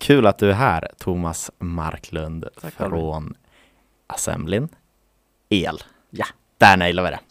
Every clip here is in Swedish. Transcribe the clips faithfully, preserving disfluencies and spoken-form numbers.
Kul att du är här, Thomas Marklund. Tack, från Assemblin El. Ja. Där nailar vi det.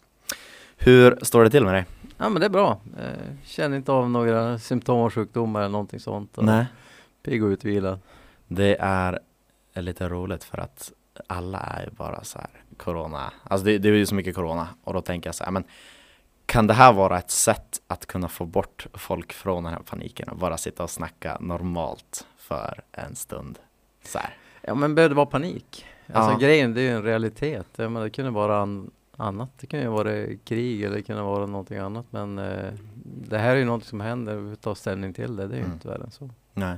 Hur står det till med dig? Ja, men det är bra. Eh, känner inte av några symptom av sjukdomar eller någonting sånt. Och Nej. pigg och utvilad. Det är lite roligt för att alla är ju bara så här corona. Alltså det, det är ju så mycket corona. Och då tänker jag så här, men kan det här vara ett sätt att kunna få bort folk från den här paniken och bara sitta och snacka normalt för en stund? Så här. Ja, men behöver det vara panik? Alltså Ja. grejen, det är ju en realitet. Ja, men det kunde vara an- annat. Det kunde ju vara krig eller det kunde vara någonting annat. Men eh, det här är ju något som händer. Vi tar ställning till det. Det är ju Mm. inte värre än så. Nej.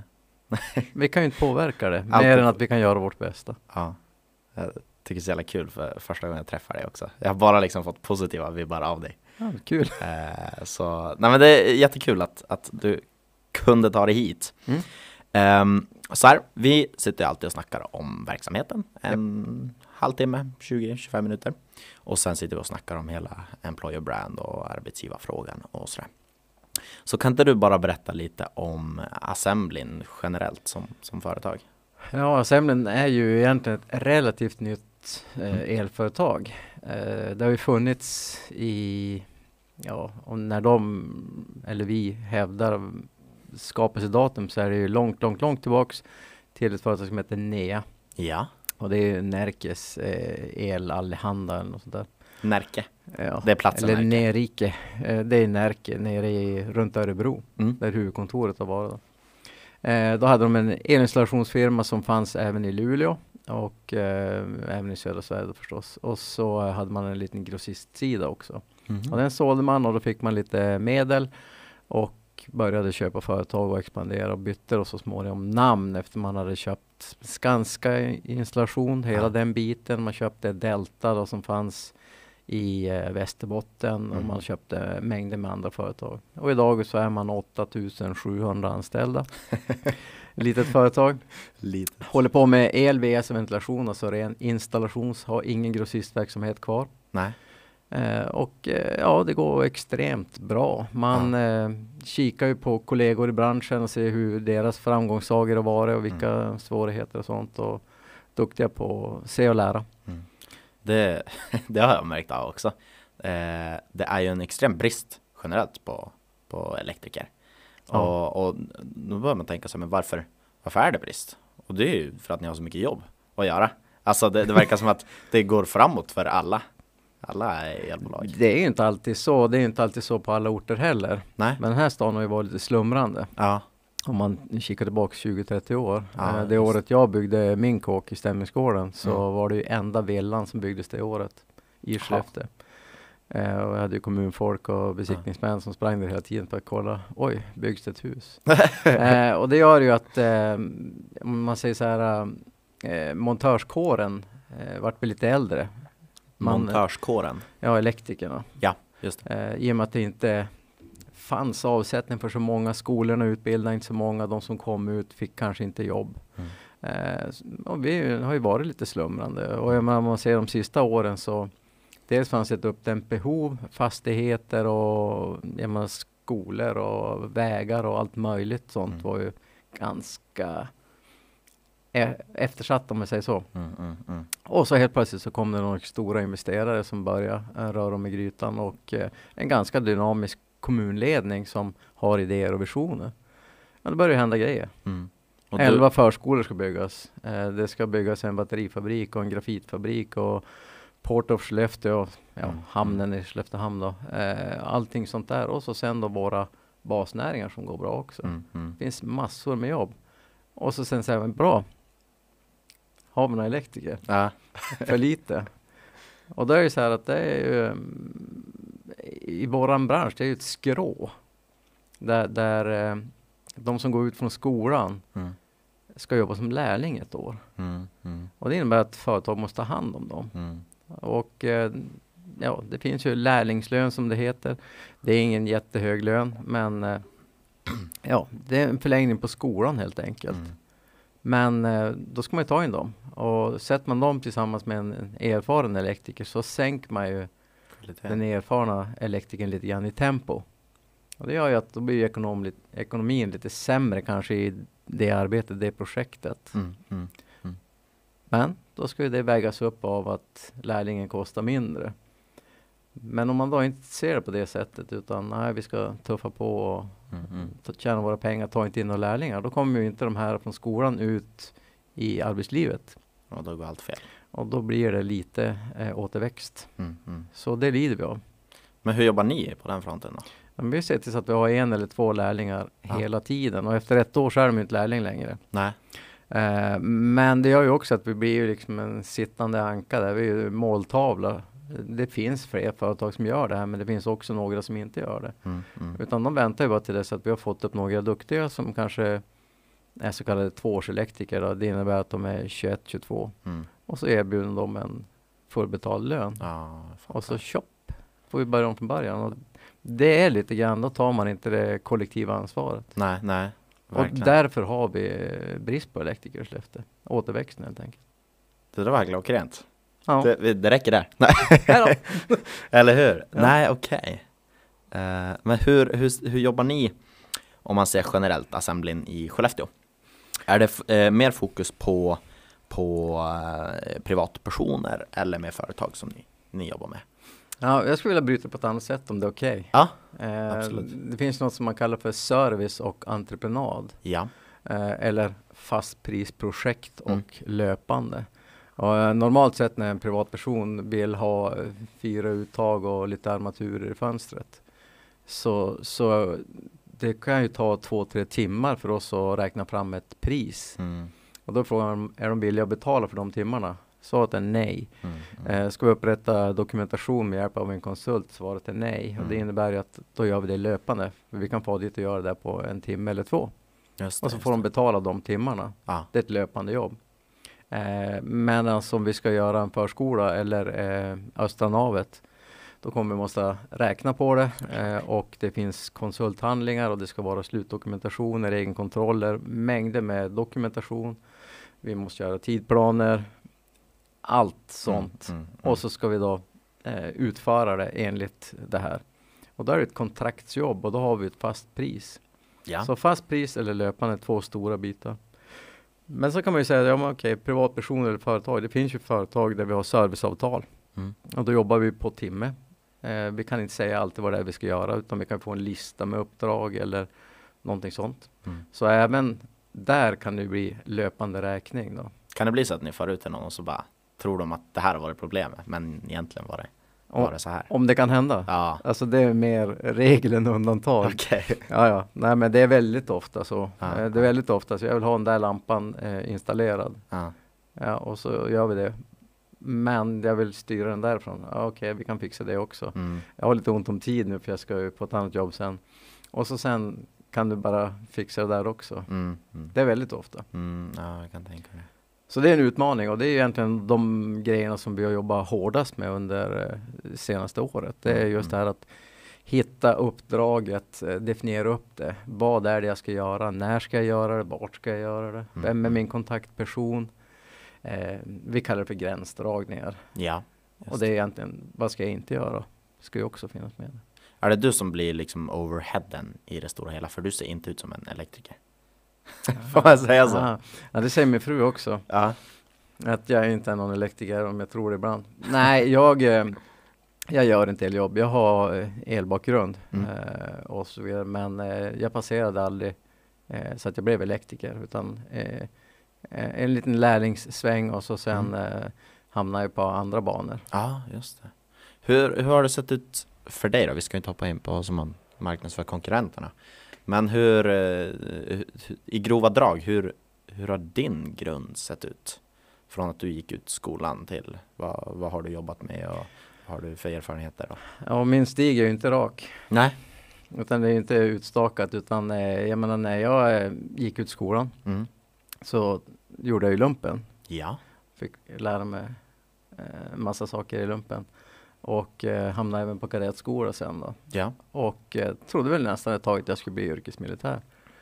Vi kan ju inte påverka det. Alltid. Mer än att vi kan göra vårt bästa. Ja. Jag tycker det är så jävla kul för första gången jag träffar dig också. Jag har bara liksom fått positiva vibbar av dig. Ja, kul. Eh, så, nej men det är jättekul att, att du kunde ta dig hit. Mm. Ehm, så här, vi sitter alltid och snackar om verksamheten. En halvtimme, tjugo till tjugofem minuter. Och sen sitter vi och snackar om hela employer brand och arbetsgivarfrågan och sådär. Så kan inte du bara berätta lite om Assemblin generellt som, som företag? Ja, Assemblin är ju egentligen ett relativt nytt eh, elföretag. Eh, det har ju funnits i, ja, och när de, eller vi hävdar skapelsedatum så är det ju långt, långt, långt tillbaks till ett företag som heter N E A. Ja. Och det är ju Närkes eh, El Allehanda eller något sånt där. Närke. Ja. Det är platsen Eller Närke. Närike. Eh, det är Närke nere i, runt Örebro. Mm. Där huvudkontoret har varit. Eh, då hade de en elinstallationsfirma som fanns även i Luleå och eh, även i södra Sverige då förstås. Och så eh, hade man en liten grossistsida också. Mhm. Och den sålde man och då fick man lite medel och började köpa företag och expandera och bytte och så småningom namn efter man hade köpt Skanska installation, hela Ja. den biten. Man köpte Delta då som fanns i eh, Västerbotten och Mm. man köpte mängder med andra företag. Och idag så är man åtta tusen sjuhundra anställda. Litet företag. Lite. Håller på med el, V S och ventilation, alltså ren installation, har ingen grossistverksamhet kvar. Nej. Eh, och eh, ja, det går extremt bra. Man eh, kikar ju på kollegor i branschen och ser hur deras framgångssagor har varit och vilka Mm. svårigheter och sånt. Och duktiga på att se och lära. Mm. Det, det har jag märkt av också. Eh, det är ju en extrem brist generellt på, på elektriker. Ja. Och, och då börjar man tänka sig, men varför, varför är det brist? Och det är ju för att ni har så mycket jobb att göra. Alltså det, det verkar som att det går framåt för alla. Alla elbolag. Det är ju inte alltid så. Det är inte alltid så på alla orter heller. Nej. Men den här stan har ju varit lite slumrande. Ja. Om man kikar tillbaka tjugo till trettio år. Ja, eh, det just. året jag byggde min kåk i Stämningsgården så Mm. var det ju enda villan som byggdes det året i Skellefteå. Eh, och jag hade ju kommunfolk och besiktningsmän som sprang där hela tiden för att kolla. Oj, byggs det ett hus? eh, och det gör ju att eh, om man säger så här eh, montörskåren eh, vart väl lite äldre. Man- Montörskåren. Ja, elektrikerna. Ja, just det. Eh, I och med att det inte fanns avsättning för så många. Skolorna utbildade inte så många. De som kom ut fick kanske inte jobb. Mm. Eh, s- och vi har ju varit lite slumrande. Och jag menar, om man ser de sista åren så dels fanns ett uppdämt behov, fastigheter och jag menar, skolor och vägar och allt möjligt sånt Mm. var ju ganska e- eftersatt om man säger så. Mm, mm, mm. Och så helt plötsligt så kom det några stora investerare som började äh, röra om i grytan och eh, en ganska dynamisk kommunledning som har idéer och visioner. Men det börjar hända grejer. Mm. Och du- Elva förskolor ska byggas. Eh, det ska byggas en batterifabrik och en grafitfabrik och Port of Skellefteå och ja, Mm. hamnen i Skelleftehamn då. Eh, allting sånt där. Och så sen då våra basnäringar som går bra också. Mm, mm. Det finns massor med jobb. Och så sen säger man bra. Har vi några elektriker? Ja. För lite. Och då är det så här att det är ju mm, i våran bransch, det är ju ett skrå. Där, där eh, de som går ut från skolan Mm, ska jobba som lärling ett år. mm, mm, Och det innebär att företag måste ta hand om dem. mm. Och eh, ja, det finns ju lärlingslön som det heter. Det är ingen jättehög lön, men eh, ja, det är en förlängning på skolan helt enkelt. Mm. Men eh, då ska man ju ta in dem. Och sätter man dem tillsammans med en, en erfaren elektriker så sänker man ju Kvalitet. den erfarna elektrikern lite grann i tempo. Och det gör ju att då blir ekonom, ekonomin lite sämre kanske i det arbetet, det projektet. Mm, mm, mm. Men då ska ju det vägas upp av att lärlingen kostar mindre. Men om man då inte ser det på det sättet utan nej, vi ska tuffa på och Mm, mm. tjäna våra pengar, ta inte in några lärlingar. Då kommer ju inte de här från skolan ut i arbetslivet. Och då går allt fel. Och då blir det lite eh, återväxt. Mm, mm. Så det lider vi av. Men hur jobbar ni på den fronten då? Men vi ser till så att vi har en eller två lärlingar Ja. hela tiden. Och efter ett år så är de ju inte lärling längre. Nej. Eh, men det gör ju också att vi blir ju liksom en sittande anka där. Vi är ju måltavla. Det finns fler företag som gör det här, men det finns också några som inte gör det. Mm, mm. Utan de väntar ju bara till dess att vi har fått upp några duktiga som kanske är så kallade tvåårselektriker. Då. Det innebär att de är tjugoett tjugotvå. Mm. Och så erbjuder de en fullbetald lön. Ja, jag Och så fattar. chopp, får vi börja om från början. Och det är lite grann, då tar man inte det kollektiva ansvaret. Nej, nej. Och Verkligen. därför har vi eh, brist på elektriker i Skellefteå. Återväxten helt enkelt. Det där var klockrent. Ja. Det, det räcker där. Nej. Här då. Eller hur? Ja. Nej, okej. Eh, men hur, hur, hur jobbar ni om man ser generellt assemblin i Skellefteå? Är det f- eh, mer fokus på, på eh, privatpersoner eller med företag som ni, ni jobbar med? Ja, jag skulle vilja bryta på ett annat sätt om det är okej. Ja, Eh, absolut. det finns något som man kallar för service och entreprenad. ja. Eh, eller fastprisprojekt och Mm. löpande. Och, eh, normalt sett när en privatperson vill ha eh, fyra uttag och lite armaturer i fönstret. Så, så det kan ju ta två, tre timmar för oss att räkna fram ett pris. Mm, Och då frågar de, är de villiga att betala för de timmarna? Svaret är nej. mm, mm. Eh, ska vi upprätta dokumentation med hjälp av en konsult? Svaret är nej. Och det Mm. innebär ju att då gör vi det löpande. För vi kan få dit och göra det på en timme eller två. Just det, Och så just får de det. betala de timmarna. Ja. Det är ett löpande jobb. Eh, men alltså om vi ska göra en förskola eller eh, Östra navet, då kommer vi måste räkna på det. Eh, och det finns konsulthandlingar och det ska vara slutdokumentationer, egenkontroller, mängder med dokumentation. Vi måste göra tidplaner, allt sånt. Mm, mm, mm. Och så ska vi då eh, utföra det enligt det här. Och då är det ett kontraktsjobb och då har vi ett fast pris. Ja. Så fast pris eller löpande, två stora bitar. Men så kan man ju säga, ja men okej, privatpersoner eller företag. Det finns ju företag där vi har serviceavtal. Mm. Och då jobbar vi på timme. Eh, vi kan inte säga alltid vad det är vi ska göra, utan vi kan få en lista med uppdrag eller någonting sånt. Mm. Så även där kan det bli löpande räkning då. Kan det bli så att ni får ut till någon och så bara tror de att det här var det problemet, men egentligen var det, var det så här? Om det kan hända. Ja, Alltså det är mer regel än undantag. okej. Ja, ja. Nej, men det är väldigt ofta så. Ja, Eh, det är väldigt ofta så jag vill ha den där lampan eh, installerad. Ja. Ja, och så gör vi det. Men jag vill styra den därifrån. Ja, okej, vi kan fixa det också. Mm. Jag har lite ont om tid nu för jag ska ju på ett annat jobb sen. Och så sen kan du bara fixa det där också. Mm. Mm. Det är väldigt ofta. Mm. Ja, jag kan tänka det. Så det är en utmaning och det är egentligen de grejerna som vi har jobbat hårdast med under eh, senaste året. Det är just det här att hitta uppdraget, eh, definiera upp det. Vad är det jag ska göra? När ska jag göra det? Vart ska jag göra det? Vem är min kontaktperson? Eh, vi kallar det för gränsdragningar. Ja. Och det är egentligen, vad ska jag inte göra? Ska ju också finnas med. Är det du som blir liksom overheaden i det stora hela? För du ser inte ut som en elektriker. Får man säga så? Ah, ja, det säger min fru också. Ja. Att jag inte är någon elektriker om jag tror det ibland. Nej, jag, eh, jag gör inte eljobb. Jag har eh, elbakgrund Mm. eh, och så vidare. Men eh, jag passerade aldrig eh, så att jag blev elektriker. Utan eh, eh, en liten lärlingssväng och så sen Mm. eh, hamnade jag på andra banor. Ja, just det. Hur, hur har det sett ut för dig då? Vi ska inte hoppa in på som man marknadsför konkurrenterna. Men hur, eh, i grova drag, hur, hur har din grund sett ut? Från att du gick ut skolan till, vad, vad har du jobbat med och vad har du för erfarenheter då? Ja, min stig är ju inte rak. Nej. Utan det är inte utstakat. Utan eh, jag menar när jag eh, gick ut skolan Mm. så gjorde jag ju lumpen. Ja. Fick lära mig eh, massa saker i lumpen. Och eh, hamnade även på kadettskola sen då. Ja. Och eh, trodde väl nästan ett tag att jag skulle bli yrkesmilitär.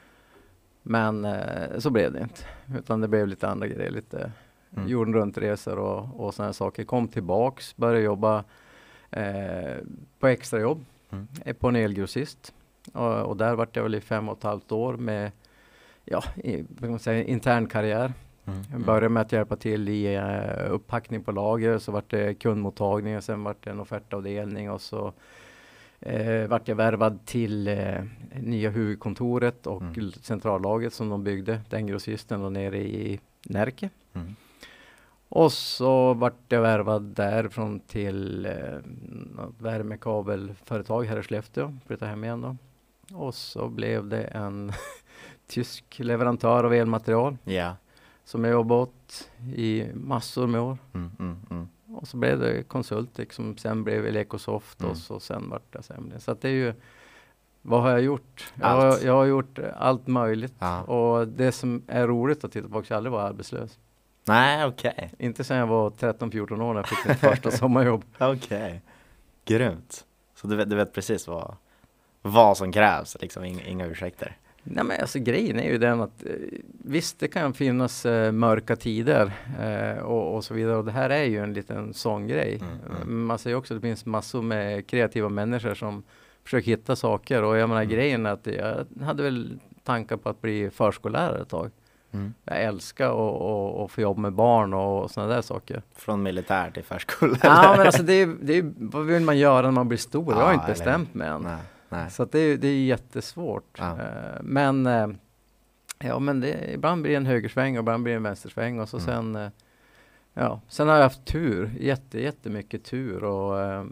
Men eh, så blev det inte. Utan det blev lite andra grejer. Lite Mm. jorden runt resor och, och sådana saker. Kom tillbaks, började jobba eh, på extrajobb. Mm. Eh, på en elgrossist. Och, och där vart jag väl i fem och ett halvt år med ja, i, vad kan man säga, intern karriär. Mm. Jag började med att hjälpa till i uh, upppackning på lager, så vart det kundmottagning och sen vart det en offertavdelning och så uh, vart jag värvad till uh, nya huvudkontoret och mm. centrallagret som de byggde, den grossisten då nere i Närke. Mm. Och så vart jag värvad därifrån till uh, något värmekabelföretag här i Skellefteå, flyttade hem igen då. Och så blev det en tysk leverantör av elmaterial. Ja. Yeah. Som jag jobbat åt i massor med år. Mm, mm, mm. Och så blev det Consultic som sen blev Elecosoft mm. och så sen vart det Assembly. Så att det är ju, vad har jag gjort? Jag har, jag har gjort allt möjligt. Ja. Och det som är roligt att titta på också, jag aldrig var arbetslös. Nej, okej. Okay. Inte sen jag var tretton fjorton år när jag fick mitt första sommarjobb. Okej, okay. Grymt. Så du vet, du vet precis vad, vad som krävs, liksom inga, inga ursäkter. Nej, men alltså grejen är ju den att eh, visst det kan finnas eh, mörka tider eh, och, och så vidare, och det här är ju en liten sån grej. Mm, mm. Man säger också att det finns massor med kreativa människor som försöker hitta saker, och jag menar mm. grejen är att jag hade väl tankar på att bli förskollärare ett tag. Mm. Jag älskar att få jobba med barn och sådana där saker. Från militär till förskola? Ja, men alltså det är, det är, vad vill man göra när man blir stor? Ja, jag har inte bestämt mig än. Nej. Nej. Så att det, är, det är jättesvårt. Ja. Uh, men uh, ja, men det, ibland blir det en högersväng och ibland blir det en vänstersväng. Och så mm. sen, uh, ja, sen har jag haft tur. Jätte, jättemycket tur. Och uh,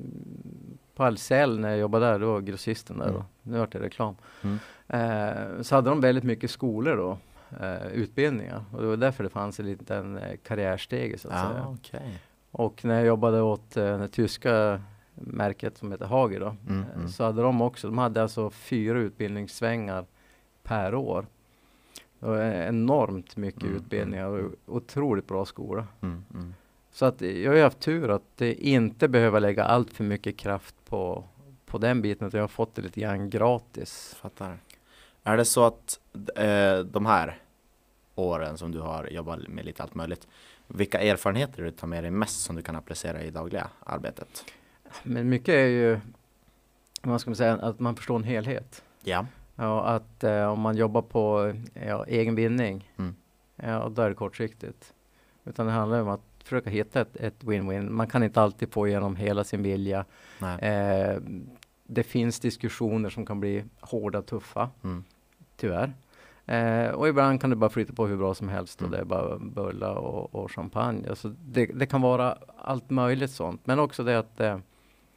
på Ahlsell när jag jobbade där, då var grossisten där. Mm. Då. Nu var det reklam. Mm. Uh, så hade de väldigt mycket skolor då. Uh, utbildningar. Och det var därför det fanns en liten uh, karriärsteg så att ah, säga. Okay. Och när jag jobbade åt uh, den tyska märket som heter Hager då, mm, mm. så hade de också, de hade alltså fyra utbildningssvängar per år. Det var enormt mycket mm, utbildningar och otroligt bra skola. Mm, mm. Så att jag har haft tur att inte behöva lägga allt för mycket kraft på, på den biten, att jag har fått det lite grann gratis. Fattar. Är det så att eh, de här åren som du har jobbat med lite allt möjligt, vilka erfarenheter du tar med dig mest som du kan applicera i dagliga arbetet? Men mycket är ju, vad ska man säga, att man förstår en helhet. Ja. Ja, att eh, om man jobbar på ja, egen vinning, mm. ja, då är det kortsiktigt. Utan det handlar om att försöka hitta ett, ett win-win. Man kan inte alltid få igenom hela sin vilja. Eh, det finns diskussioner som kan bli hårda, tuffa. Mm. Tyvärr. Eh, och ibland kan det bara flyta på hur bra som helst. Mm. Och det är bara bulla och, och champagne. Alltså det, det kan vara allt möjligt sånt. Men också det att eh,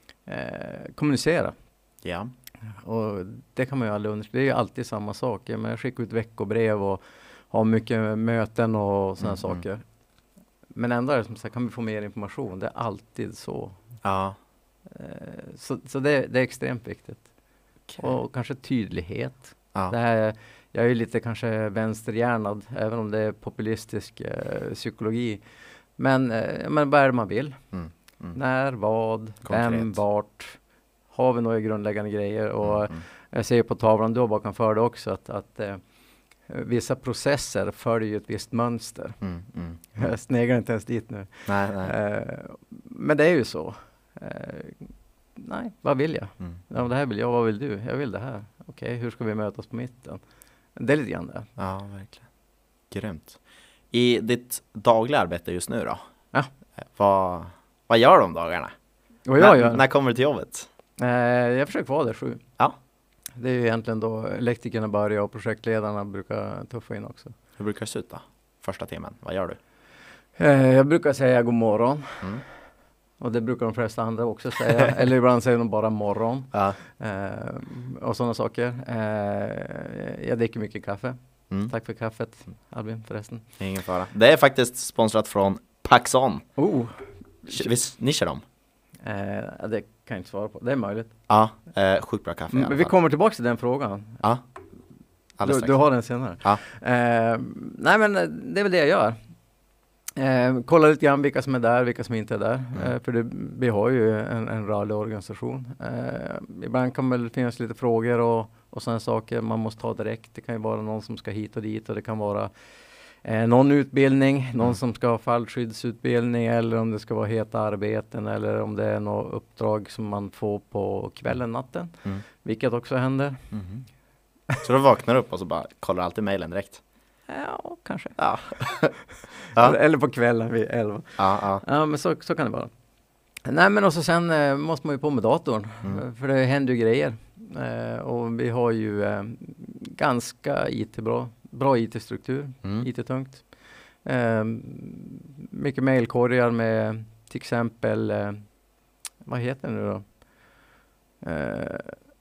eh, kommunicera. Ja. Och det kan man ju aldrig undersöka. Det är ju alltid samma sak. Jag, men jag skickar ut veckobrev och har mycket möten och sådana mm, saker. Mm. Men ändå är det som sagt, kan vi få mer information? Det är alltid så. Ja. Eh, så så det, det är extremt viktigt. Okay. Och kanske tydlighet. Ja. Det här, jag är ju lite kanske vänsterhjärnad, även om det är populistisk eh, psykologi. Men, eh, men vad är det man vill? Mm, mm. När, vad, konkret. Vem, vart. Har vi några grundläggande grejer? Och mm, mm. jag ser på tavlan då bakom för det också att, att eh, vissa processer följer ju ett visst mönster. Mm, mm, mm. Jag sneglar inte ens dit nu. Nej, nej. Eh, men det är ju så. Eh, nej, vad vill jag? Mm. Ja, det här vill jag, vad vill du? Jag vill det här. Okej, okay, hur ska vi mötas på mitten? Det är lite grann det. Ja, verkligen. Grymt. I ditt dagliga arbete just nu då? Ja. Vad, vad gör du om dagarna? Vad jag gör? När, när kommer du till jobbet? Eh, jag försöker vara där sju. Ja. Det är ju egentligen då elektrikerna börjar och projektledarna brukar tuffa in också. Hur brukar det se ut då? Första timmen, vad gör du? Eh, jag brukar säga god morgon. Mm. Och det brukar de flesta andra också säga. Eller ibland säger de bara morgon. Ja. Eh, och sådana saker. Eh, jag dricker mycket kaffe. Mm. Tack för kaffet, Albin, förresten. Ingen fara. Det är faktiskt sponsrat från Paxon. Oh. Visst, ni kör dem? Eh, det kan jag inte svara på. Det är möjligt. Ja, eh, sjukt bra kaffe. Men vi kommer tillbaka till den frågan. Ja. Du, du har den senare. Ja. Eh, nej, men det är väl det jag gör. Eh, kolla lite grann vilka som är där, vilka som inte är där. Mm. Eh, för det, vi har ju en, en rörlig organisation. Eh, ibland kan det finnas lite frågor och, och sådana saker man måste ta direkt. Det kan ju vara någon som ska hit och dit och det kan vara eh, någon utbildning, mm. någon som ska ha fallskyddsutbildning eller om det ska vara heta arbeten eller om det är något uppdrag som man får på kvällen, natten. Mm. Vilket också händer. Mm. Så då vaknar du upp och så bara kollar alltid mejlen direkt? Ja, kanske. Ja. ja. Eller, eller på kvällen vid elva. Ja, ja. Ja, men så, så kan det vara. Nej, men och så sen eh, måste man ju på med datorn. Mm. För det händer ju grejer. Eh, och vi har ju eh, ganska I T-bra. Bra I T-struktur. Mm. I T-tungt. Eh, mycket mejlkorgar med till exempel eh, vad heter det nu då? Eh,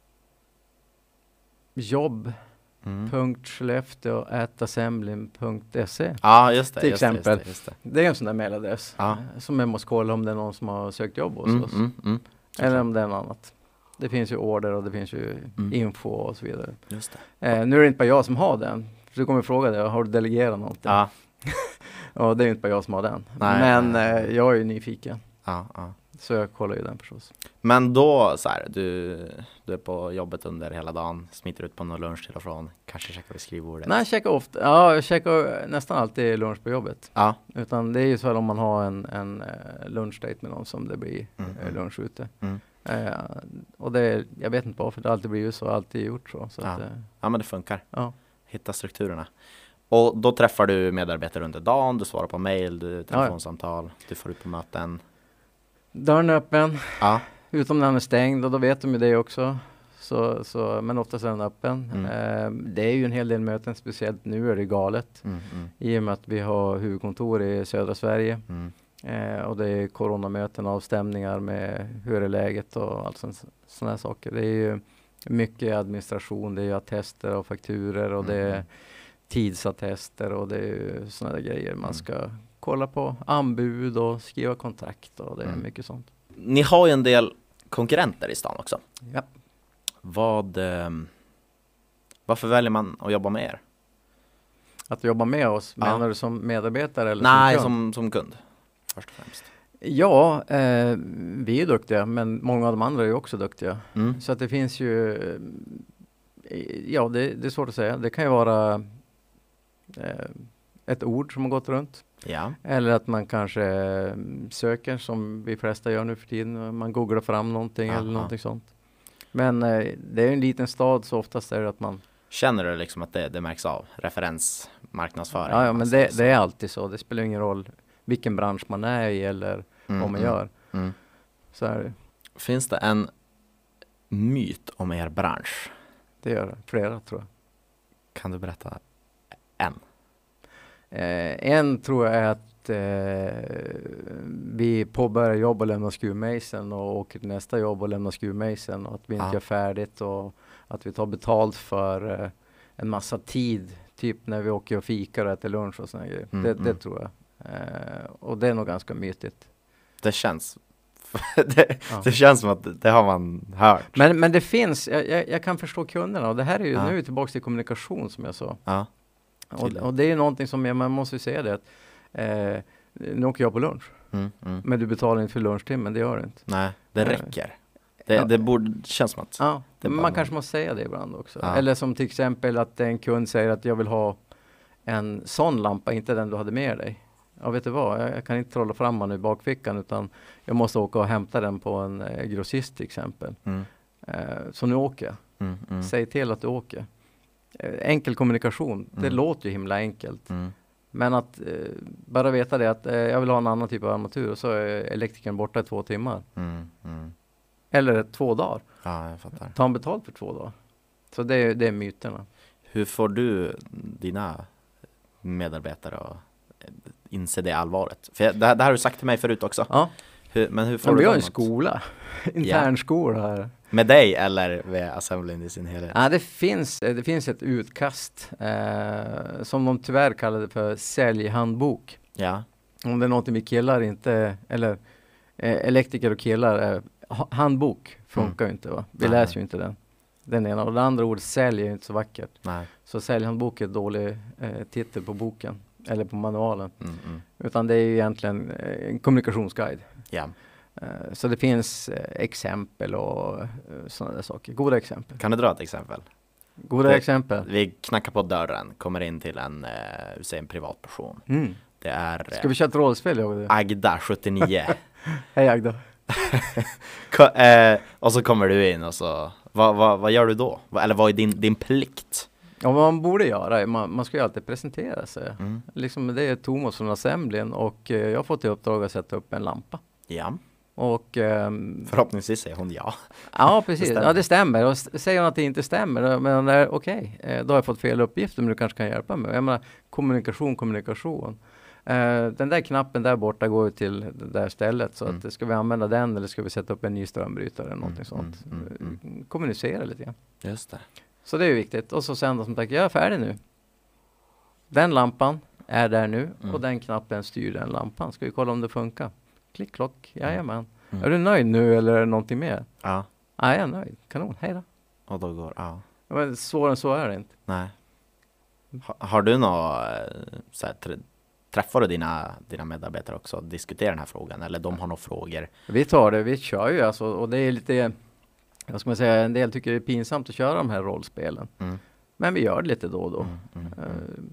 jobb mm. punkt skellefteå at assembly punkt se Ja, just det. Till just exempel. Det, just det, just det. det är en sån där mailadress ja. som jag måste kolla om det är någon som har sökt jobb hos mm, oss. Mm, mm. Eller om det är något annat. Det finns ju order och det finns ju mm. info och så vidare. Just det. Eh, nu är det inte bara jag som har den. Så du kommer fråga dig, har du delegerat någonting? Ja. Och det är inte bara jag som har den. Nej, Men nej. Eh, jag är ju nyfiken. Ja, ja. Så jag kollar ju den förstås. Men då så här, du, du är på jobbet under hela dagen, smiter ut på någon lunch till och från, kanske checkar vid skrivbordet? Nej, jag checkar ofta. Ja, jag checkar nästan alltid lunch på jobbet. Ja. Utan det är ju så här om man har en, en uh, lunchdate med någon som det blir mm, uh, lunch ute. Mm. Uh, och det, jag vet inte varför det alltid blir så, alltid gjort så. så ja. Att, uh, ja, men det funkar. Ja. Hitta strukturerna. Och då träffar du medarbetare under dagen, du svarar på mejl, du telefonsamtal, ja. Du får ut på möten. Dörren är öppen, ja. Utom när den är stängd och då vet de ju det också. Så, så, men oftast är den öppen. Mm. Eh, det är ju en hel del möten, speciellt nu är det galet. Mm, mm. I och med att vi har huvudkontor i södra Sverige. Mm. Eh, och det är coronamöten, avstämningar med hur är läget och allt sådana här saker. Det är ju mycket administration, det är ju attester och fakturer och mm. det är tidsattester och det är ju sådana där grejer man ska mm. kolla på. Anbud och skriva kontrakt och det är mm. mycket sånt. Ni har ju en del konkurrenter i stan också. Ja. Vad, eh, varför väljer man att jobba med er? Att jobba med oss? Ja. Menar du som medarbetare eller Nej, som kund? som, som kund. Först och främst. Ja, eh, vi är duktiga, men många av de andra är också duktiga. Mm. Så att det finns ju, eh, ja det, det är svårt att säga. Det kan ju vara eh, ett ord som har gått runt. Ja. Eller att man kanske söker som vi flesta gör nu för tiden. Man googlar fram någonting Aha. eller någonting sånt. Men eh, det är en liten stad så oftast är det att man... Känner du liksom att det, det märks av? Referens, marknadsföring? Ja, ja men det, det är alltid så. Det spelar ingen roll vilken bransch man är i eller mm, vad man mm, gör. Mm. Så är det. Finns det en myt om er bransch? Det gör det. Flera tror jag. Kan du berätta en? Eh, en tror jag är att eh, vi påbörjar jobb och lämnar skruvmejseln och åker till nästa jobb och lämnar skruvmejseln och att vi inte ja. gör färdigt och att vi tar betalt för eh, en massa tid. Typ när vi åker och fikar och äter lunch och såna grejer. Mm, det, det mm. tror jag. Eh, och det är nog ganska mytigt. Det känns det, ja. det känns som att det har man hört. Men, men det finns, jag, jag, jag kan förstå kunderna och det här är ju, ja. nu är vi tillbaka till kommunikation som jag sa. Ja. Och, och det är ju någonting som jag, man måste ju säga det att eh, nu åker jag på lunch. Mm, mm. Men du betalar inte för lunchtimmen, det gör du inte. Nej, det räcker. Det, ja. det borde, känns som att... Ja, det man bara... kanske måste säga det ibland också. Ja. Eller som till exempel att en kund säger att jag vill ha en sån lampa, inte den du hade med dig. Ja, vet du vad? Jag, jag kan inte trolla fram den i bakfickan utan jag måste åka och hämta den på en eh, grossist till exempel. Mm. Eh, så nu åker jag. Mm, mm. Säg till att du åker. Eh, enkel kommunikation, mm. det låter ju himla enkelt. Mm. Men att eh, bara veta det att eh, jag vill ha en annan typ av armatur och så är elektrikern borta i två timmar. Mm, mm. Eller två dagar. Ja, jag fattar. Ta en betalt för två dagar. Så det är, det är myterna. Hur får du dina medarbetare att inse det allvaret? För det, det här har du sagt till mig förut också. Ja. Hur, men hur får men du vi har en att... skola. Intern skola här. Med dig eller med Assemblyn i sin helhet? Ja, det finns, det finns ett utkast eh, som de tyvärr kallade för säljhandbok. Ja. Om det är något vi killar inte, eller eh, elektriker och killar, eh, handbok funkar mm. ju inte va? Vi Nej. läser ju inte den. Den ena och det andra ordet sälj är inte så vackert. Nej. Så säljhandbok är ett dålig eh, titel på boken eller på manualen. Mm, mm. Utan det är ju egentligen eh, en kommunikationsguide. Ja. Eh, så det finns eh, exempel och eh, sådana där saker. Goda exempel. Kan du dra ett exempel? Goda det, exempel. Vi knackar på dörren, kommer in till en, eh, säg en privatperson. Mm. Det är... Eh, Ska vi köra ett rollspel? Jag Agda, sjuttionio. Hej Agda. Ko- eh, och så kommer du in och så vad, vad, vad gör du då? Eller vad är din, din plikt? Ja, vad man borde göra är, man, man ska ju alltid presentera sig. Mm. Liksom, det är Thomas från Assemblin och eh, jag har fått i uppdrag att sätta upp en lampa. Ja. Och, ehm, Förhoppningsvis säger hon ja. ja, precis. Det Det ja, det stämmer. Och s- säger hon att det inte stämmer, men okej, okay, eh, då har jag fått fel uppgifter, men du kanske kan hjälpa mig. Jag menar, kommunikation, kommunikation. Eh, den där knappen där borta går ju till det där stället, så Mm. att, ska vi använda den eller ska vi sätta upp en ny strömbrytare eller någonting Mm, sånt. mm, mm, Eh, Kommunicera lite grann. Just det. Så det är ju viktigt. Och så sen då som sagt, jag är färdig nu. Den lampan är där nu Mm. och den knappen styr den lampan. Ska vi kolla om det funkar? Klick, klock, jajamän. Mm. Är du nöjd nu eller är det någonting mer? Ja, Ja, jag är nöjd. Kanon, hej då. och då går, ja. Men svårare än så är det inte. Nej. Ha, har du något, eh, så här, trä, träffar du dina, dina medarbetare också och diskuterar den här frågan? Eller de har några frågor? Vi tar det, vi kör ju alltså, och det är lite, vad ska man säga, en del tycker det är pinsamt att köra de här rollspelen. Mm. Men vi gör det lite då och då. Mm, mm, mm.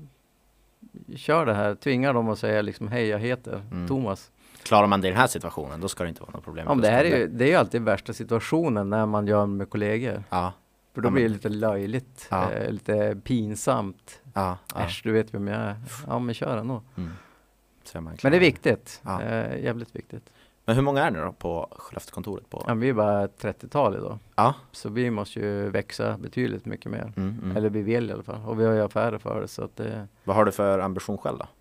Uh, kör det här, tvingar dem att säga liksom, hej jag heter Mm. Thomas. Klarar man det i den här situationen, då ska det inte vara något problem. Ja, men det här är ju, det är ju alltid värsta situationen när man gör med kollegor. Ja, För då Ja, men- blir det lite löjligt, Ja. eh, lite pinsamt. ja, ja. Äsch, du vet vem jag är. Ja, men kör ändå. Mm. Så är man Men klar. det är viktigt. Ja. Eh, jävligt viktigt. Men hur många är ni då på Skellefteåkontoret? På? Ja, vi är bara ett trettiotal idag. Ja. Så vi måste ju växa betydligt mycket mer. Mm, mm. Eller vi vill i alla fall. Och vi har ju affärer för det. Så att det... Vad har du för ambition själv då?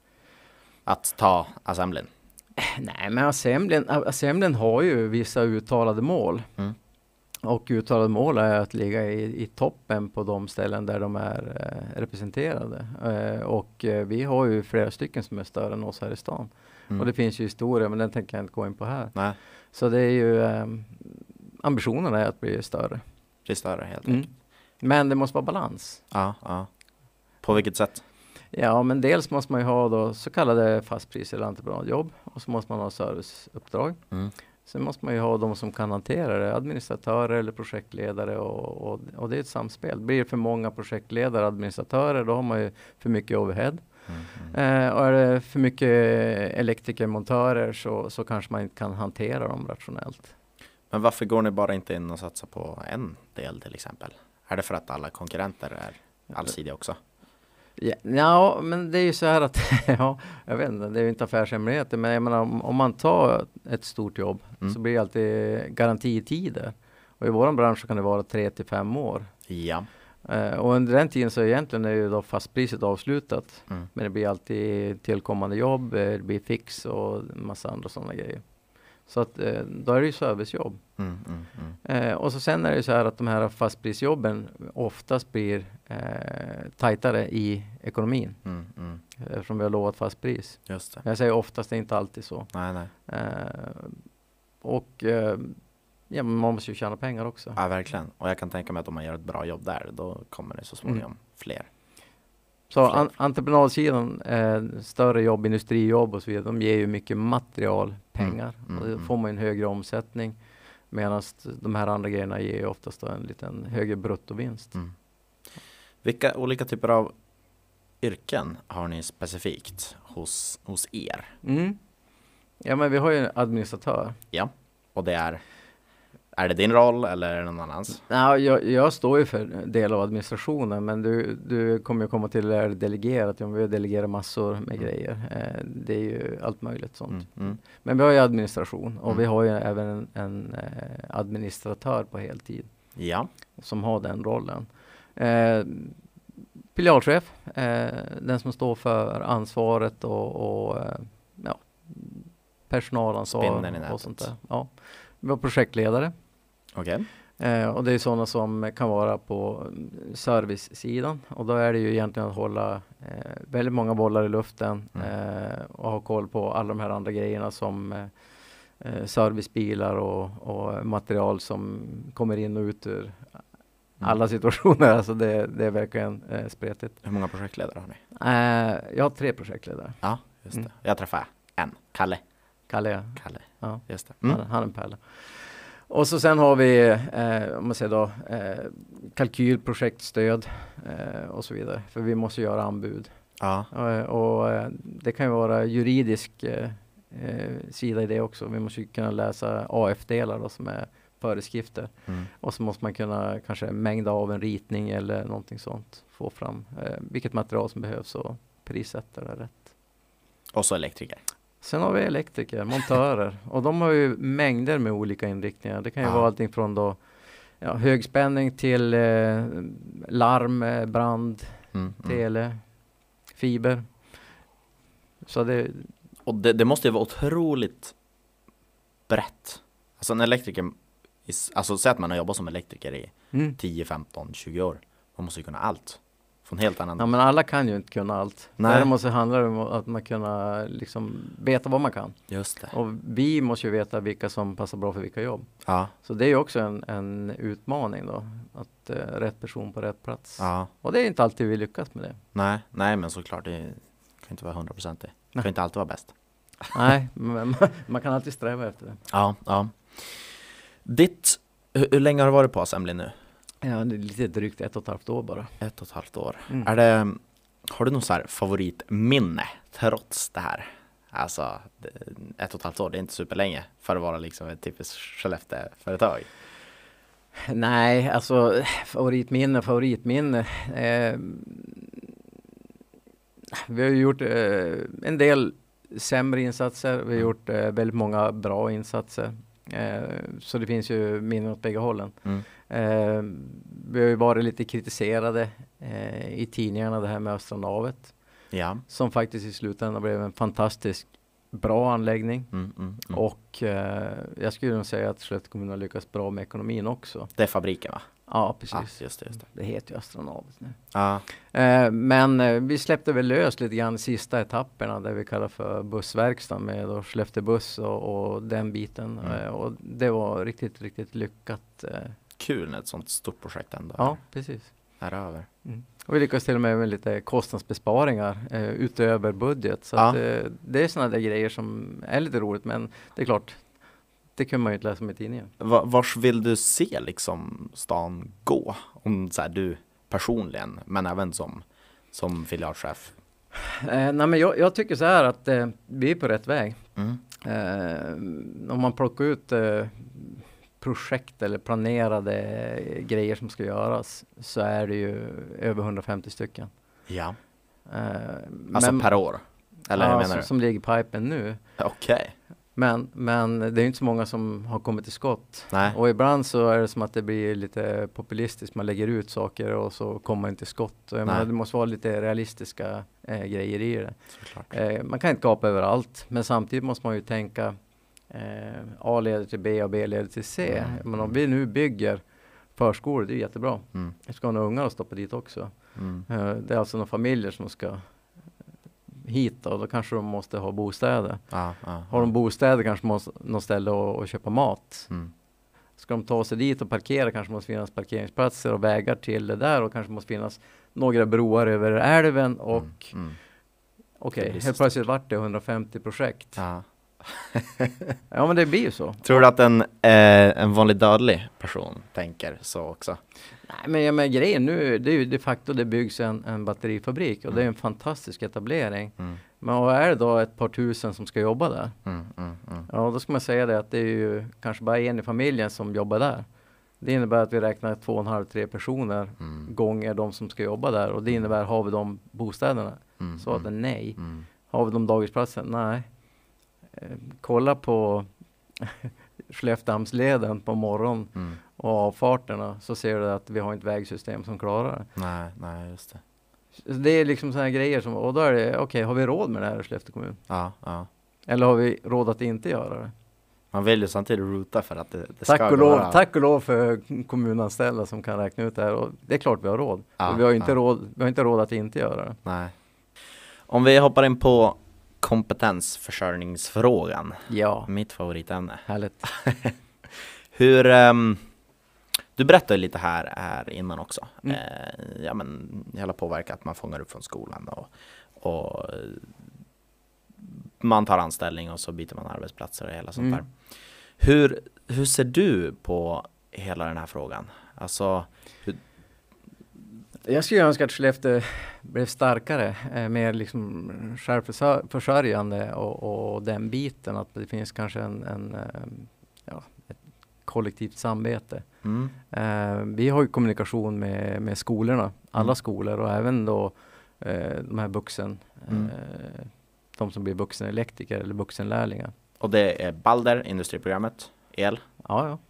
Att ta Assemblin? Nej, men Assemblin, Assemblin har ju vissa uttalade mål. Mm. Och uttalade mål är att ligga i, i toppen på de ställen där de är eh, representerade. Eh, och eh, vi har ju flera stycken som är större än oss här i stan. Mm. Och det finns ju historia, men den tänker jag inte gå in på här. Nej, Så det är ju, eh, ambitionen är att bli större. det är större helt Mm. enkelt. Men det måste vara balans. Ja, ja. På vilket sätt? Ja, men dels måste man ju ha då så kallade fastpris eller entreprenadjobb. Och så måste man ha serviceuppdrag. Mm. Sen måste man ju ha de som kan hantera det, administratörer eller projektledare, och, och, och det är ett samspel. Blir det för många projektledare och administratörer, då har man ju för mycket overhead. Mm, mm. Eh, och är det för mycket elektrikermontörer så, så kanske man inte kan hantera dem rationellt. Men varför går ni bara inte in och satsar på en del till exempel? Är det för att alla konkurrenter är allsidiga också? Ja, ja, men det är ju så här att, ja, jag vet inte, det är ju inte affärshemligheter, men jag menar, om, om man tar ett stort jobb Mm. så blir det alltid garantitider. Och i våran bransch så kan det vara tre till fem år. Ja. Uh, och under den tiden så egentligen är ju då fastpriset avslutat. Mm. Men det blir alltid tillkommande jobb, eh, det blir fix och en massa andra sådana grejer. Så att uh, då är det ju servicejobb. Mm, mm, mm. Uh, och så sen är det ju så här att de här fastprisjobben oftast blir uh, tajtare i ekonomin. Mm, mm. Eftersom vi har lovat fastpris. Just det. Jag säger oftast, det är inte alltid så. Nej, nej. Uh, och uh, ja, men man måste ju tjäna pengar också. Ja, verkligen. Och jag kan tänka mig att om man gör ett bra jobb där, då kommer det så småningom Mm. fler. Så Fler. an- entreprenadsidan, eh, större jobb, industrijobb och så vidare, de ger ju mycket material, pengar. Mm, mm, och då mm. får man en högre omsättning. Medan de här andra grejerna ger ju oftast då en liten högre bruttovinst. Mm. Vilka olika typer av yrken har ni specifikt hos, hos er? Mm. Ja, men vi har ju en administratör. Ja. Och det är, är det din roll eller är det någon annans? Ja, jag, jag står ju för del av administrationen, men du, du kommer ju komma till det här delegerat. Ja, vi delegerar massor med Mm. grejer. Eh, det är ju allt möjligt sånt. Mm, mm. Men vi har ju administration och Mm. vi har ju även en, en eh, administratör på heltid Ja. som har den rollen. Eh, filialchef, eh, den som står för ansvaret och, och eh, ja, personalansvar Spindeln i nätet. och sånt där. Ja. Vi har projektledare. Okej. Eh, och det är sådana som kan vara på mm, servicesidan. Och då är det ju egentligen att hålla eh, väldigt många bollar i luften Mm. eh, och ha koll på alla de här andra grejerna som eh, eh, servicebilar och, och material som kommer in och ut ur Mm. alla situationer. Alltså det, det är verkligen eh, spretigt. Hur många projektledare har ni? Eh, jag har tre projektledare. Ja, just Mm. det. Jag träffade en. Kalle. Kalle, Kalle. ja, Just det. Mm. han, han är en pärla. Och så sen har vi eh, om man säger då, eh, kalkyl, projektstöd eh, och så vidare. För vi måste göra anbud. Ja. Eh, och eh, det kan ju vara juridisk eh, eh, sida i det också. Vi måste ju kunna läsa A F-delar då, som är föreskrifter. Mm. Och så måste man kunna kanske mängda av en ritning eller någonting sånt. Få fram eh, vilket material som behövs och prissätta det rätt. Och så elektriker. Sen har vi elektriker, montörer. Och de har ju mängder med olika inriktningar. Det kan ju Ja. vara allting från då, ja, högspänning till eh, larm, eh, brand, Mm. Mm. tele, fiber. Så det, Och det, det måste ju vara otroligt brett. Alltså en elektriker, is- alltså säg att man har jobbat som elektriker i mm. tio, femton, tjugo år. Man måste ju kunna allt. Från helt annan... Ja, men alla kan ju inte kunna allt. Nej. Däremot så handlar det om att man kunna liksom veta vad man kan. Just det. Och vi måste ju veta vilka som passar bra för vilka jobb. Ja, Så det är ju också en, en utmaning då. Att eh, rätt person på rätt plats. ja. Och det är inte alltid vi lyckas med det. Nej, nej men såklart. Det kan inte vara hundra procent det. Det Nej. kan inte alltid vara bäst. Nej, men man, man kan alltid sträva efter det. Ja, ja. Ditt... Hur, hur länge har du varit på Assembly nu? Ja, det är lite drygt ett och ett halvt år bara. Ett och ett halvt år. Mm. Är det... Har du någon så här favoritminne trots det här? Alltså, det, ett och ett halvt år, det är inte superlänge för att vara liksom ett typiskt Skellefteå-företag. Nej, alltså favoritminne, favoritminne. Eh, vi har ju gjort eh, en del sämre insatser. Vi har Mm. gjort eh, väldigt många bra insatser. Eh, så det finns ju minnen åt bägge hållen. Mm. Eh, vi har ju varit lite kritiserade eh, i tidningarna det här med Östra navet. Ja. Som faktiskt i slutändan blev en fantastisk bra anläggning. Mm, mm, mm. Och eh, jag skulle nog säga att Skellefteå kommun har lyckats bra med ekonomin också. Det är fabriken, va? Ja, precis. Ja, just det, just det. Det heter ju Östra navet nu. Ja. Eh, men eh, vi släppte väl lös lite grann sista etapperna där vi kallar för bussverkstan med då Skellefteå buss och, och den biten. Mm. Eh, och det var riktigt, riktigt lyckat. Eh, Kul när ett sånt stort projekt ändå ja, precis. är över. Mm. Och vi lyckas till och med med lite kostnadsbesparingar eh, utöver budget. Så Ja. att, eh, det är sådana där grejer som är lite roligt, men det är klart, det kan man ju inte läsa om i tidningen. Va- Vars vill du se liksom stan gå? Om så här, du personligen, men även som, som filialchef. Eh, nej, men jag, jag tycker så här att eh, vi är på rätt väg. Mm. Eh, om man plockar ut eh, projekt eller planerade grejer som ska göras så är det ju över hundrafemtio stycken. Ja. Eh, Alltså men- per år? Eller ja, hur menar som, du? som ligger i pipen nu. Okej. Men, men det är ju inte så många som har kommit till skott. Nej. Och ibland så är det som att det blir lite populistiskt. Man lägger ut saker och så kommer man inte till skott. Och jag Nej. menar, det måste vara lite realistiska eh, grejer i det. Såklart. Eh, man kan inte gapa överallt. Men samtidigt måste man ju tänka eh, A leder till B och B leder till C. Mm. Men om vi nu bygger förskolor, det är jättebra. Mm. Vi ska ha några ungar att stoppa dit också. Mm. Eh, det är alltså några familjer som ska hit och då kanske de måste ha bostäder. Ja, ja, Har de bostäder kanske måste något ställe att och köpa mat. Mm. Ska de ta sig dit och parkera kanske måste finnas parkeringsplatser och vägar till det där och kanske måste finnas några broar över älven och Mm. Mm. okej, Det blir så helt plötsligt vart det hundrafemtio projekt. Ja. Ja, men det blir ju så. Tror du att en, eh, en vanlig dödlig person tänker så också? Nej, men, ja, men grejen nu, det är ju de facto det byggs en, en batterifabrik och det är en fantastisk etablering. Mm. Men vad är det då ett par tusen som ska jobba där? Mm. Mm. Mm. Ja, då ska man säga det att det är ju kanske bara en i familjen som jobbar där. Det innebär att vi räknar två och en halv, tre personer Mm. gånger de som ska jobba där. Och det innebär, har vi de bostäderna? Mm. Svaret är nej. Mm. Har vi de dagisplatsen? Nej. Eh, kolla på Skelleftehamnsleden på morgonen Mm. och avfarterna så ser du att vi har inte vägsystem som klarar det. Nej, nej, just det. Så det är liksom sådana grejer som, och då är det, okej, okay, har vi råd med det här i Skellefteå kommun? Ja, ja. Eller har vi råd att inte göra det? Man vill ju samtidigt ruta för att det, det ska Tack och, gå lov, bra. tack och lov för kommunanställda som kan räkna ut det här. Och det är klart vi har råd. Ja, Och vi, har ju inte ja. råd. vi har inte råd att inte göra det. Nej. Om vi hoppar in på kompetensförsörjningsfrågan. Ja, Mitt favoritämne. härligt. Hur, ehm, du berättade lite här, här innan också. Mm. Eh, ja, men hela påverkat man fångar upp från skolan och, och eh, man tar anställning och så byter man arbetsplatser och hela sånt Mm. där. Hur, hur ser du på hela den här frågan? Alltså, hur, Jag skulle önska att Skellefteå blev starkare, eh, mer liksom självförsörjande och, och den biten. Att det finns kanske en, en eh, ja, ett kollektivt samvete. Mm. Eh, vi har ju kommunikation med, med skolorna, alla Mm. skolor och även då eh, de här vuxen, Mm. eh, de som blir vuxenelektriker eller vuxenlärlingar. Och det är Balder, industriprogrammet, el. Ja, ja.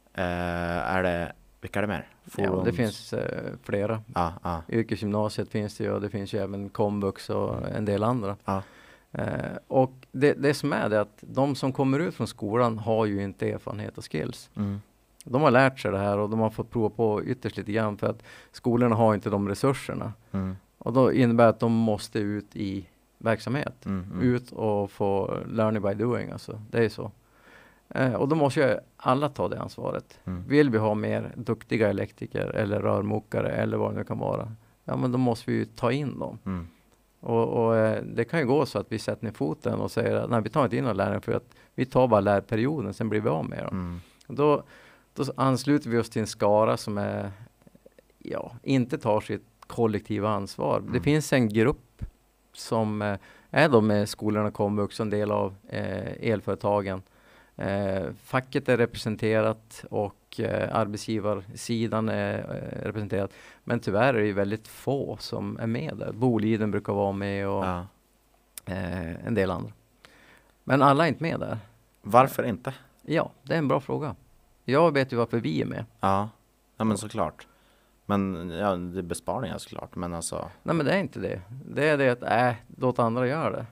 Eh, är det, vilka är det mer? ja det Fordons- finns eh, flera. Ja, ja, Yrkesgymnasiet finns det ju och det finns ju även komvux och en del andra. ja. Eh, och det, det som är det att de som kommer ut från skolan har ju inte erfarenhet och skills. Mm. De har lärt sig det här och de har fått prova på ytterst lite grann för att skolorna har inte de resurserna. Mm. Och då innebär det att de måste ut i verksamhet. Mm. Mm. Ut och få learning by doing, alltså. Det är så. Eh, och då måste ju alla ta det ansvaret. Mm. Vill vi ha mer duktiga elektriker eller rörmokare eller vad det nu kan vara, ja men då måste vi ju ta in dem. Mm. Och, och eh, det kan ju gå så att vi sätter ner foten och säger att nej, vi tar inte in någon lärare för att vi tar bara lärperioden, sen blir vi av med dem. Mm. Och då, då ansluter vi oss till en skara som är, ja, inte tar sitt kollektiva ansvar. Mm. Det finns en grupp som eh, är då med skolorna komvux, en del av eh, elföretagen. Eh, facket är representerat och eh, arbetsgivarsidan är eh, representerat. Men tyvärr är det ju väldigt få som är med där. Boliden brukar vara med och Ja. eh, en del andra. Men alla är inte med där. Varför inte? Ja, det är en bra fråga. Jag vet ju varför vi är med. Ja, ja men såklart. Men ja, det är besparingar såklart. Men alltså, Nej, men det är inte det. Det är det att äh, låt andra göra det.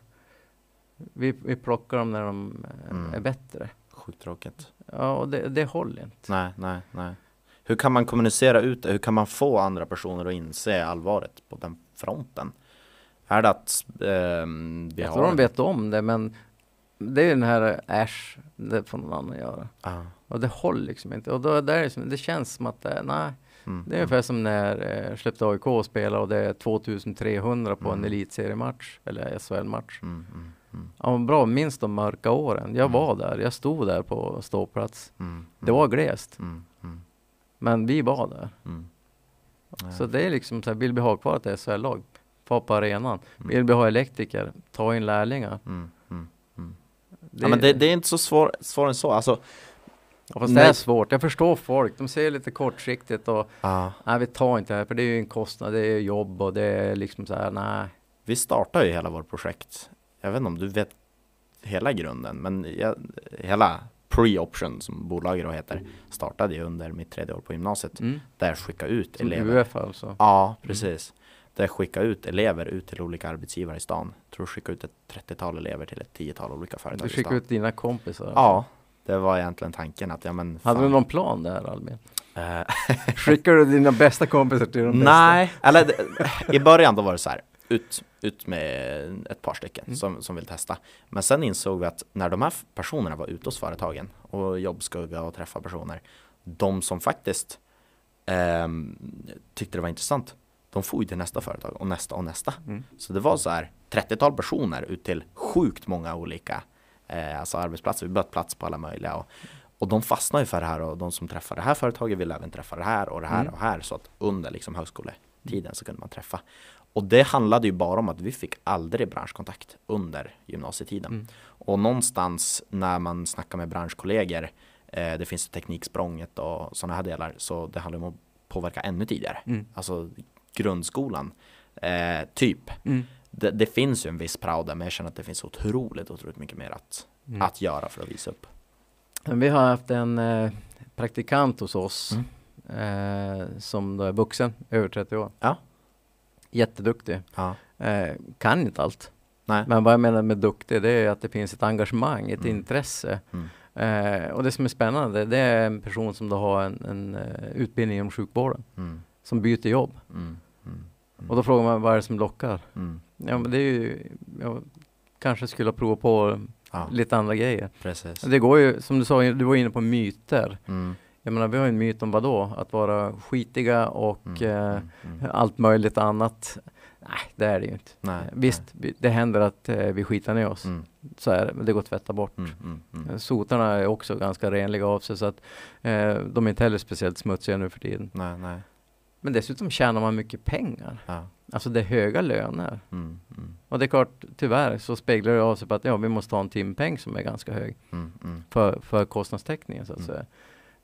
Vi, vi plockar dem när de eh, Mm. är bättre. sjukt tråkigt. Ja, och det, det håller inte. Nej, nej, nej. Hur kan man kommunicera ut det? Hur kan man få andra personer att inse allvaret på den fronten? Är det att ehm, vi Jag har... tror de vet om det, men det är den här äsch, det får någon annan göra. Ja. Och det håller liksom inte. Och då, där är det, som, det känns som att det, nej, Mm. det är ungefär som när eh, släppte A I K och spelade och det är tvåtusentrehundra på Mm. en elitseriematch eller S H L-match. Mm, mm, mm, Ja, bra, minst de mörka åren. Jag Mm. var där, jag stod där på ståplats. mm, Det var glest, mm, mm, men vi var där. mm. Ja. Så det är liksom så här, vill vi ha kvar ett S H L-lag, få på arenan. Mm. Vill vi ha elektriker, ta in lärlingar. Mm, mm, mm. Det, Ja, men det, det är inte så svår, svår än så. Alltså, ja, fast nej. det är svårt. Jag förstår folk, de ser lite kortsiktigt och ja. nej, vi tar inte det här för det är ju en kostnad, det är jobb och det är liksom så här, nej. Vi startar ju hela vårt projekt. Jag vet inte om du vet hela grunden, men jag, hela pre-option som bolaget då heter startade ju under mitt tredje år på gymnasiet. Mm. Där skicka ut Som elever. U F alltså. Ja, precis. Där skicka ut elever ut till olika arbetsgivare i stan. Jag tror skicka ut ett trettiotal elever till ett tiotal olika företag Du i skickar stan. ut dina kompisar. Ja, det var egentligen tanken att ja men Hade fan. du någon plan där, Albin? Eh, Skickar du dina bästa kompisar till de bästa? Nej, eller det- i början då var det så här. Ut, ut med ett par stycken Mm. som, som vill testa. Men sen insåg vi att när de här f- personerna var ute hos företagen och jobbskugga och träffa personer, de som faktiskt ehm, tyckte det var intressant, de får ju till nästa företag och nästa och nästa. Mm. Så det var så här trettiotal personer ut till sjukt många olika eh, alltså arbetsplatser. Vi böt plats på alla möjliga och, och de fastnar ju för det här och de som träffar det här företaget vill även träffa det här och det här Mm. och här, så att under liksom högskoletiden så kunde man träffa. Och det handlade ju bara om att vi fick aldrig branschkontakt under gymnasietiden. Mm. Och någonstans när man snackar med branschkollegor, eh, det finns tekniksprånget och sådana här delar, så det handlar om att påverka ännu tidigare. Mm. Alltså grundskolan, eh, typ. Mm. Det, det finns ju en viss prao där, men jag känner att det finns otroligt, otroligt mycket mer att, Mm. att göra för att visa upp. Men vi har haft en eh, praktikant hos oss Mm. eh, som då är vuxen, över trettio år. Ja. Jätteduktig. Ja. Eh, kan inte allt. Nej. Men vad jag menar med duktig, det är att det finns ett engagemang, ett Mm. intresse. Mm. Eh, och det som är spännande, det är en person som då har en, en uh, utbildning inom sjukvården, Mm. som byter jobb. Mm. Mm. Mm. Och då frågar man, vad är det som lockar? Mm. Ja, men det är ju, jag kanske skulle ha provat på Ja, lite andra grejer. precis. Det går ju, som du sa, du var inne på myter. Mm. Jag menar, vi har ju en myt om vad då? Att vara skitiga och Mm. eh, Mm. Mm. allt möjligt annat. Nej, det är det ju inte. Nej, Visst, vi, det händer att eh, vi skitar ner oss. Mm. Så är det, men det går att tvätta bort. Mm. Mm. Mm. Sotarna är också ganska renliga av sig, så att eh, de är inte heller speciellt smutsiga nu för tiden. Nej, nej. Men dessutom tjänar man mycket pengar. Ja. Alltså det är höga löner. Mm. Mm. Och det är klart, tyvärr så speglar det av sig på att ja, vi måste ha en timpeng som är ganska hög Mm. Mm. för, för kostnadstäckningen så att Mm. säga.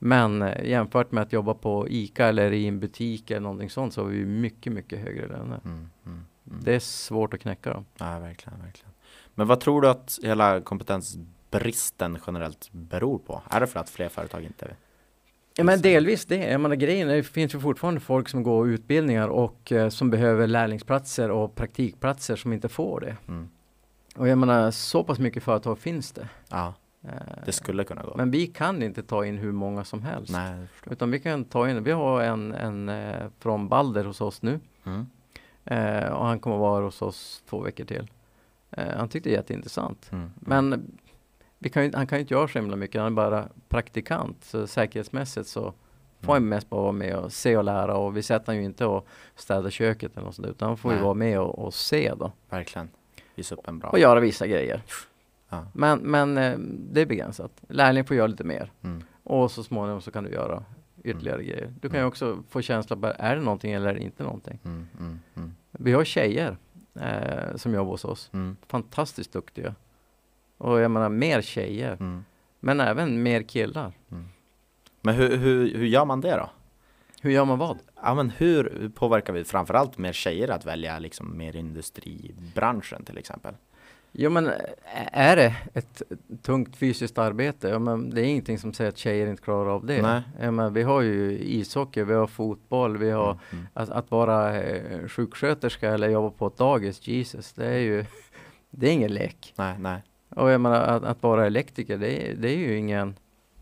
Men eh, jämfört med att jobba på ICA eller i en butik eller någonting sånt så har vi mycket, mycket högre löner. Mm, mm, mm. Det är svårt att knäcka dem. Ja, verkligen, verkligen. Men vad tror du att hela kompetensbristen generellt beror på? Är det för att fler företag inte... Ja, men delvis det. Jag menar, grejen är, det finns ju fortfarande folk som går utbildningar och eh, som behöver lärlingsplatser och praktikplatser som inte får det. Mm. Och jag menar, så pass mycket företag finns det. Ja, Eh, det skulle kunna gå. Men vi kan inte ta in hur många som helst. Nej, jag förstår. Utan vi kan ta in, vi har en, en eh, från Balder hos oss nu. Mm. Eh, och han kommer vara hos oss två veckor till. Eh, han tyckte det är jätteintressant. Mm. Mm. Men vi kan ju, han kan ju inte göra så himla mycket. Han är bara praktikant. Så säkerhetsmässigt så får han mest bara vara med och se och lära. Och vi sätter han ju inte och städa köket eller något sånt. Utan han får Nej. ju vara med och, och se då. Verkligen. Visa upp en bra... Och göra vissa grejer. Ja. Men, men eh, det är begränsat. Lärling får göra lite mer. Mm. Och så småningom så kan du göra ytterligare mm. grejer. Du kan Mm. ju också få känsla på, är det någonting eller inte någonting. Mm. Mm. Mm. Vi har tjejer eh, som jobbar hos oss. Mm. Fantastiskt duktiga. Och jag menar mer tjejer. Mm. Men även mer killar. Mm. Men hur, hur, hur gör man det då? Hur gör man vad? Ja, men hur påverkar vi framförallt mer tjejer att välja liksom mer industribranschen till exempel? Jo, men är det ett tungt fysiskt arbete? Ja, men det är ingenting som säger att tjejer inte klarar av det. Nej. Ja, men vi har ju ishockey, vi har fotboll, vi har Mm. att, att vara eh, sjuksköterska eller jobba på ett dagis, Jesus, det är ju det är ingen lek. Nej, nej. Och jag menar, att, att vara elektriker, det är, det är ju ingen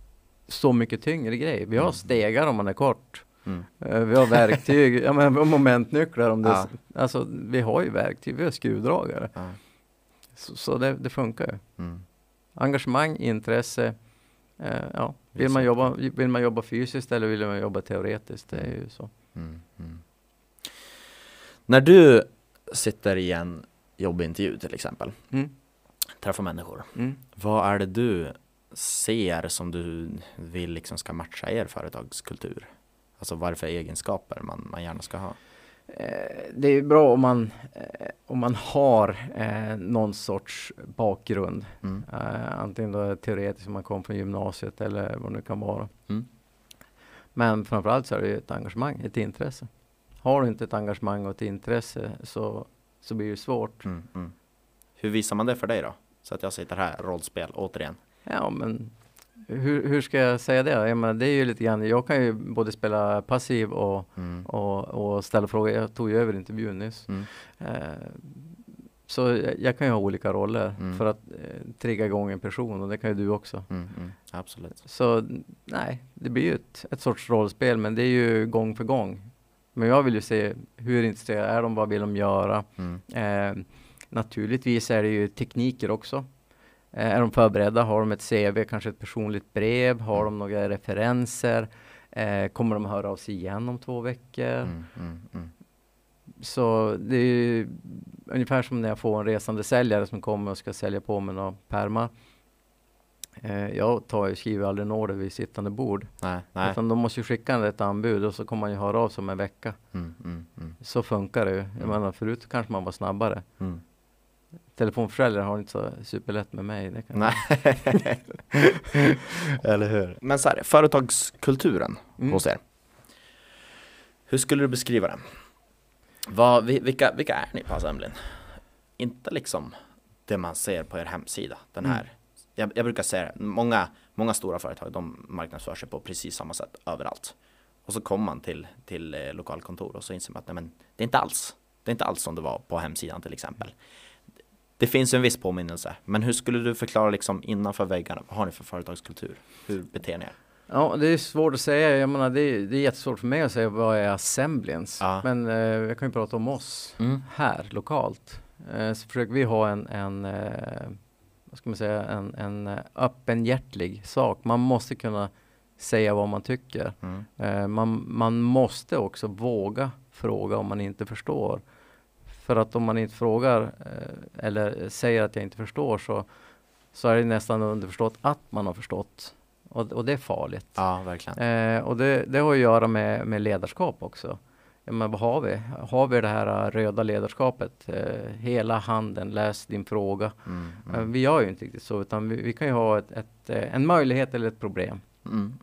så mycket tyngre grej. Vi har Mm. stegar om man är kort. Mm. Uh, vi har verktyg, ja, men, vi har momentnycklar. Om det, Ja. Alltså, vi har ju verktyg, vi har skruvdragare. Ja. Så, så det, det funkar ju. Mm. Engagemang, intresse. Uh, ja. Vill, Visst. man jobba, vill man jobba fysiskt eller vill man jobba teoretiskt? Det är ju så. Mm. Mm. När du sitter i en jobbintervju till exempel, Mm. träffar människor, Mm. vad är det du ser som du vill liksom ska matcha er företagskultur? Alltså vad är det för egenskaper man, man gärna ska ha? Eh, det är bra om man, eh, om man har eh, någon sorts bakgrund. Mm. Eh, antingen då teoretiskt om man kommer från gymnasiet eller vad det kan vara. Mm. Men framförallt så är det ju ett engagemang, ett intresse. Har du inte ett engagemang och ett intresse så, så blir det svårt. Mm. Mm. Hur visar man det för dig då? Så att jag sitter här, rollspel, återigen. Ja, men hur, hur ska jag säga det? Jag menar, det är ju lite grann, jag kan ju både spela passiv och, Mm. och, och ställa frågor. Jag tog ju över intervjun nyss. Mm. Eh, så jag, jag kan ju ha olika roller Mm. för att eh, trigga igång en person, och det kan ju du också. Mm. Mm. Absolut. Så nej, det blir ju ett, ett sorts rollspel, men det är ju gång för gång. Men jag vill ju se hur intresserade är de, vad vill de göra? Mm. Eh, naturligtvis är det ju tekniker också. Eh, är de förberedda? Har de ett C V, kanske ett personligt brev? Har de några referenser? Eh, kommer de höra av sig igen om två veckor? Mm. Mm. Mm. Så det är ju ungefär som när jag får en resande säljare som kommer och ska sälja på mig några pärmar. Eh, jag tar ju skriver aldrig en order vid sittande bord. Nej, nej. Utan de måste ju skicka en ett anbud och så kommer man ju höra av sig om en vecka. Mm. Mm. Mm. Så funkar det ju. Jag Mm. menar, förut kanske man var snabbare. Mm. Telefonförsäljare har inte så superlätt med mig. Det kan Nej. Eller hur? Men så här, företagskulturen Mm. hos er. Hur skulle du beskriva den? Vad, vi- vilka, vilka är ni på Assemblin? Inte liksom det man ser på er hemsida. Den Mm. här. Jag, jag brukar säga det, många, många stora företag, de marknadsför sig på precis samma sätt överallt. Och så kommer man till, till eh, lokalkontor och så inser man att nej, men, det är inte alls. Det är inte alls som det var på hemsidan till exempel. Det finns en viss påminnelse. Men hur skulle du förklara liksom innanför väggarna? Vad har ni för företagskultur? Hur beter ni er? Ja, det är svårt att säga. Jag menar, det, är, det är jättesvårt för mig att säga vad är Assemblins. Ja. Men eh, jag kan ju prata om oss Mm. här lokalt. Eh, så försöker vi ha en, en eh, vad ska man säga, en, en eh, öppenhjärtlig sak. Man måste kunna säga vad man tycker. Mm. Eh, man, man måste också våga fråga om man inte förstår. För att om man inte frågar eh, eller säger att jag inte förstår så, så är det nästan underförstått att man har förstått. Och, och det är farligt. Ja, verkligen. Eh, och det, det har att göra med, med ledarskap också. Ja, men vad har vi? Har vi det här uh, röda ledarskapet? Eh, hela handen, läs din fråga. Mm. Eh, Mm. vi gör ju inte riktigt så, utan vi, vi kan ju ha ett, ett, eh, en möjlighet eller ett problem. Mm. Mm.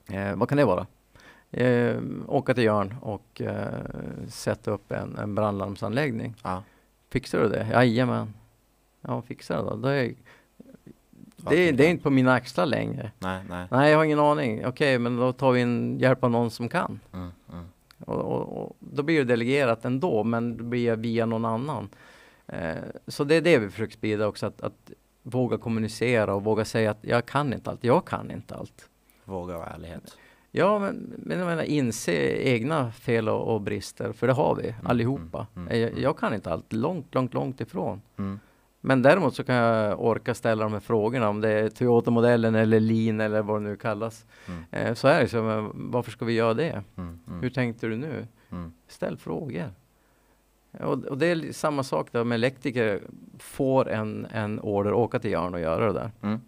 Eh, vad kan det vara? Eh, åka till Jörn och eh, sätta upp en, en brandlarmsanläggning. Ja. Fixar du det? Jajamän. Ja, fixar det då. då är, det, det är inte på mina axlar längre. Nej, nej. Nej, jag har ingen aning. Okej, okay, men då tar vi en hjälp av någon som kan. Mm, mm. Och, och, och då blir det delegerat ändå, men det blir via någon annan. Eh, så det är det vi försöker sprida också, att, att våga kommunicera och våga säga att jag kan inte allt. Jag kan inte allt. Våga vara ärlighet. Ja, men, men jag menar, inse egna fel och, och brister, för det har vi Mm, allihopa. mm, mm, jag, jag kan inte allt, långt, långt, långt ifrån. Mm. Men däremot så kan jag orka ställa de här frågorna, om det är Toyota-modellen eller Lean eller vad det nu kallas. Mm. Eh, så är det så, men varför ska vi göra det? Mm, mm. Hur tänkte du nu? Mm. Ställ frågor. Och, och det är samma sak där med elektriker. Får en, en order, åka till Jörn och göra det där. Mm.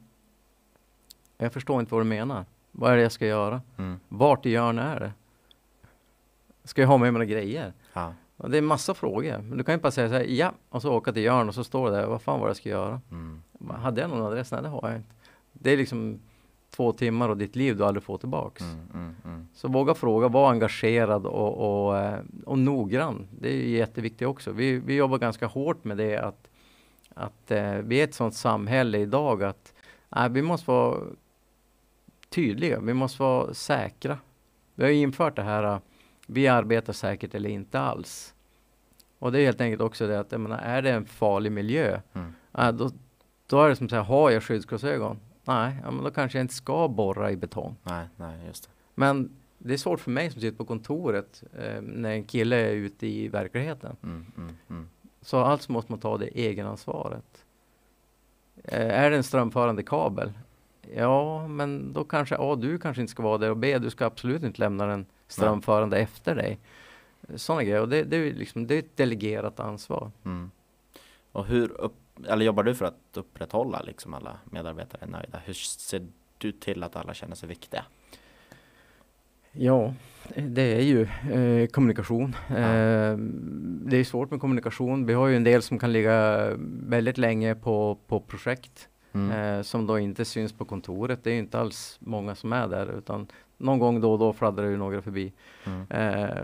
Jag förstår inte vad du menar. Vad är det jag ska göra? Mm. Vart i Jörn är det? Ska jag ha med mig några grejer? Ja. Och det är massa frågor. Men du kan ju bara säga så här, ja, och så åka till Jörn och så står det där, vad fan var det jag ska göra? Mm. Hade jag någon adress? Nej, det har jag inte. Det är liksom två timmar av ditt liv du aldrig får tillbaks. Mm, mm, mm. Så våga fråga, var engagerad och, och, eh, och noggrann. Det är jätteviktigt också. Vi, vi jobbar ganska hårt med det, att, att eh, vi är ett sånt samhälle idag att eh, vi måste vara tydliga, vi måste vara säkra. Vi har infört det här, uh, vi arbetar säkert eller inte alls. Och det är helt enkelt också det att, jag menar, är det en farlig miljö, Mm. uh, då, då är det som att säga, har jag skyddsglasögon? Nej, ja, men då kanske jag inte ska borra i betong. Nej, nej, just det. Men det är svårt för mig som sitter på kontoret eh, när en kille är ute i verkligheten. Mm, mm, mm. Så alltså måste man ta det egenansvaret. Eh, är det en strömförande kabel? Ja, men då kanske A, du kanske inte ska vara där, och B, du ska absolut inte lämna den strömförande Nej. efter dig. Sådana grejer, och det, det, är liksom, det är ett delegerat ansvar. Mm. Och hur upp, eller jobbar du för att upprätthålla liksom alla medarbetare nöjda? Hur ser du till att alla känner sig viktiga? Ja, det är ju eh, kommunikation. Ja. Eh, det är svårt med kommunikation. Vi har ju en del som kan ligga väldigt länge på, på projekt. Mm. Eh, som då inte syns på kontoret. Det är ju inte alls många som är där, utan någon gång då och då fladdrar ju några förbi. Mm. Eh,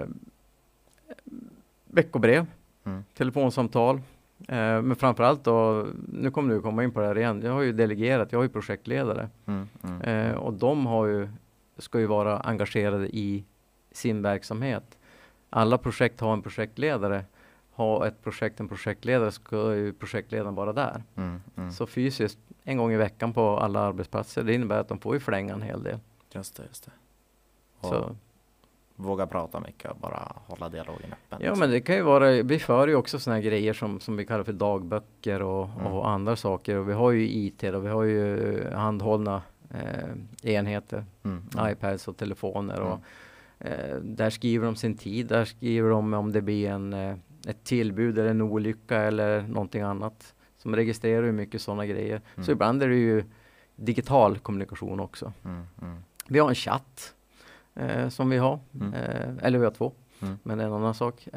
veckobrev, mm. telefonsamtal, eh, men framförallt då, nu kommer du komma in på det här igen, jag har ju delegerat, jag har ju projektledare. Mm. Mm. Eh, och de har ju, ska ju vara engagerade i sin verksamhet. Alla projekt har en projektledare. Ha ett projekt, en projektledare, ska ju projektledaren vara där. Mm, mm. Så fysiskt, en gång i veckan på alla arbetsplatser, det innebär att de får ju flänga en hel del. Just det, just det. Och så. Våga prata mycket och bara hålla dialogen öppen. Ja, men det kan ju vara, vi för ju också såna här grejer som, som vi kallar för dagböcker och, mm. och andra saker. Och vi har ju I T och vi har ju handhållna eh, enheter, mm, mm. iPads och telefoner. Mm. Och, eh, där skriver de sin tid, där skriver de om det blir en... Eh, ett tillbud eller en olycka eller någonting annat. Som registrerar ju mycket sådana grejer. Mm. Så ibland är det ju digital kommunikation också. Mm, mm. Vi har en chatt eh, som vi har. Mm. Eh, eller vi har två. Mm. Men det är en annan sak.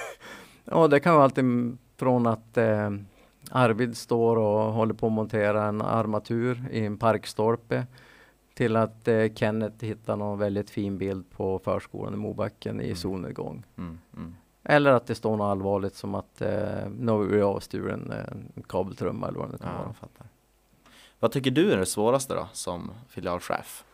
Och det kan vara alltid från att eh, Arvid står och håller på att montera en armatur i en parkstolpe. Till att eh, Kenneth hittar någon väldigt fin bild på förskolan i Mobacken i mm. solnedgång. Mm, mm. Eller att det står något allvarligt som att eh, nu är vi avsturen en kabeltrumma eller vad det kan ja, vara. Jag fattar. Vad tycker du är det svåraste då som filialchef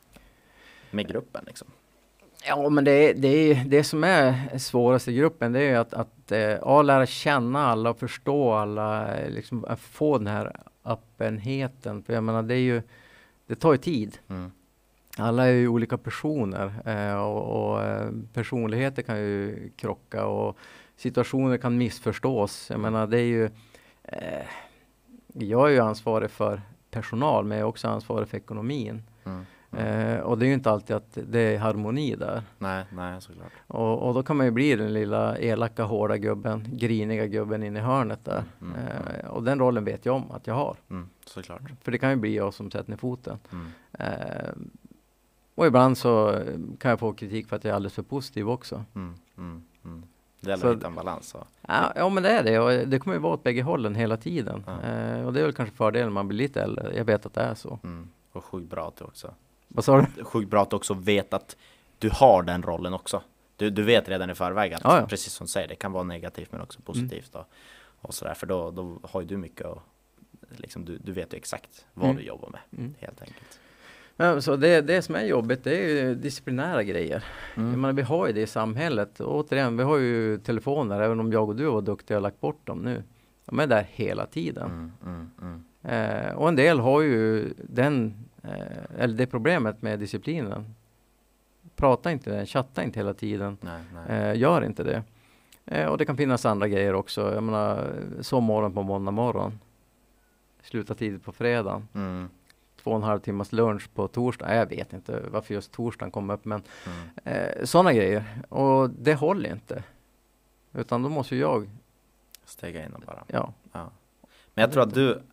med gruppen liksom? Ja, men det, det, det som är svårast i gruppen, det är att, att eh, ja, lära känna alla och förstå alla, liksom att få den här öppenheten. För jag menar, det är ju, det tar ju tid. Mm. Alla är ju olika personer eh, och, och eh, personligheter kan ju krocka och situationer kan missförstås. Jag menar, det är ju eh, jag är ju ansvarig för personal, men jag är också ansvarig för ekonomin. Mm. Mm. Eh, och det är ju inte alltid att det är harmoni där. Nej, nej, såklart. Och, och då kan man ju bli den lilla elaka, hårda gubben, griniga gubben in i hörnet där. Mm. Eh, och den rollen vet jag om att jag har. Mm, såklart. För det kan ju bli jag som sätter ner foten. Mm. Eh, Och ibland så kan jag få kritik för att jag är alldeles för positiv också. Mm, mm, mm. Det gäller att hitta en balans. Så. Ja, ja, men det är det. Och det kommer ju vara åt bägge hållen hela tiden. Ja. Eh, och det är väl kanske fördelen när man blir lite äldre. Jag vet att det är så. Mm. Och sjukt bra till också. Vad sa du? Sjukt bra att också veta att du har den rollen också. Du, du vet redan i förväg att, ja, ja. precis som du säger, det kan vara negativt men också positivt. Mm. Och, och sådär, för då, då har ju du mycket och liksom, du, du vet ju exakt vad mm. du jobbar med, mm. helt enkelt. Ja, så det, det som är jobbigt, det är ju disciplinära grejer. Mm. Jag menar, vi har ju det i samhället. Och återigen, vi har ju telefoner, även om jag och du var duktiga och lagt bort dem nu. De är där hela tiden. Mm, mm, mm. Eh, och en del har ju den, eh, eller det problemet med disciplinen. Prata inte den, chatta inte hela tiden. Nej, nej. Eh, gör inte det. Eh, och det kan finnas andra grejer också. Jag menar, så morgon på måndag morgon. Sluta tidigt på fredag. Mm. Två och en halv timmas lunch på torsdag. Jag vet inte varför just torsdagen kom upp. Men mm. eh, sådana grejer. Och det håller inte. Utan då måste jag stega in och bara. Ja. ja. Men jag tror att du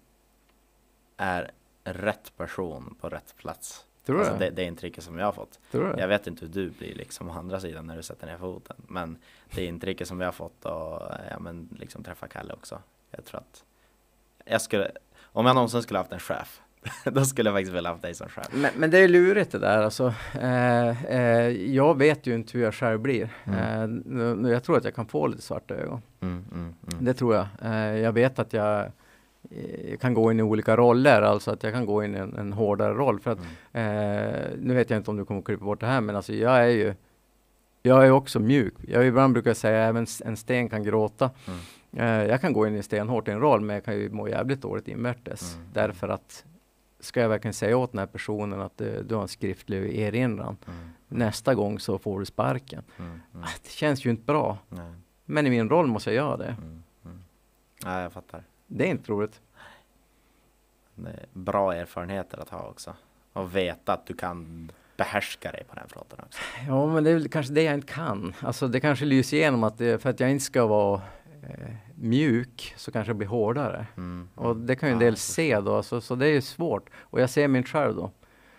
är rätt person på rätt plats. Tror alltså du? Det, det är intrycket som jag har fått. Tror du? Jag vet inte hur du blir liksom å andra sidan när du sätter ner foten. Men det är intrycket som jag har fått och ja, men liksom träffa Kalle också. Jag tror att jag skulle, om jag någonsin skulle haft en chef, då skulle jag faktiskt vilja haft dig som chef. Men, men det är lurigt det där. Alltså, eh, eh, jag vet ju inte hur jag själv blir. Mm. Eh, nu, jag tror att jag kan få lite svarta ögon. Mm, mm, mm. Det tror jag. Eh, jag vet att jag, jag kan gå in i olika roller. Alltså att jag kan gå in i en, en hårdare roll. För att, mm. eh, nu vet jag inte om du kommer att klippa bort det här. Men alltså, jag är ju jag är också mjuk. Jag ibland brukar säga att även en sten kan gråta. Mm. Eh, jag kan gå in i stenhårt i en roll. Men jag kan ju må jävligt dåligt invärtes. Mm. Därför att ska jag verkligen säga åt den här personen att du, du har en skriftlig erinran. Mm. Nästa gång så får du sparken. Mm. Mm. Det känns ju inte bra. Nej. Men i min roll måste jag göra det. Mm. Mm. Ja, jag fattar. Det är inte roligt. Det är bra erfarenheter att ha också. Och veta att du kan behärska dig på den fronten också. Ja, men det är väl kanske det jag inte kan. Alltså det kanske lyser igenom att det, för att jag inte ska vara eh, mjuk så kanske jag blir hårdare. Mm. Och det kan ju en del ja, se då. Så, så det är ju svårt. Och jag ser min själv då.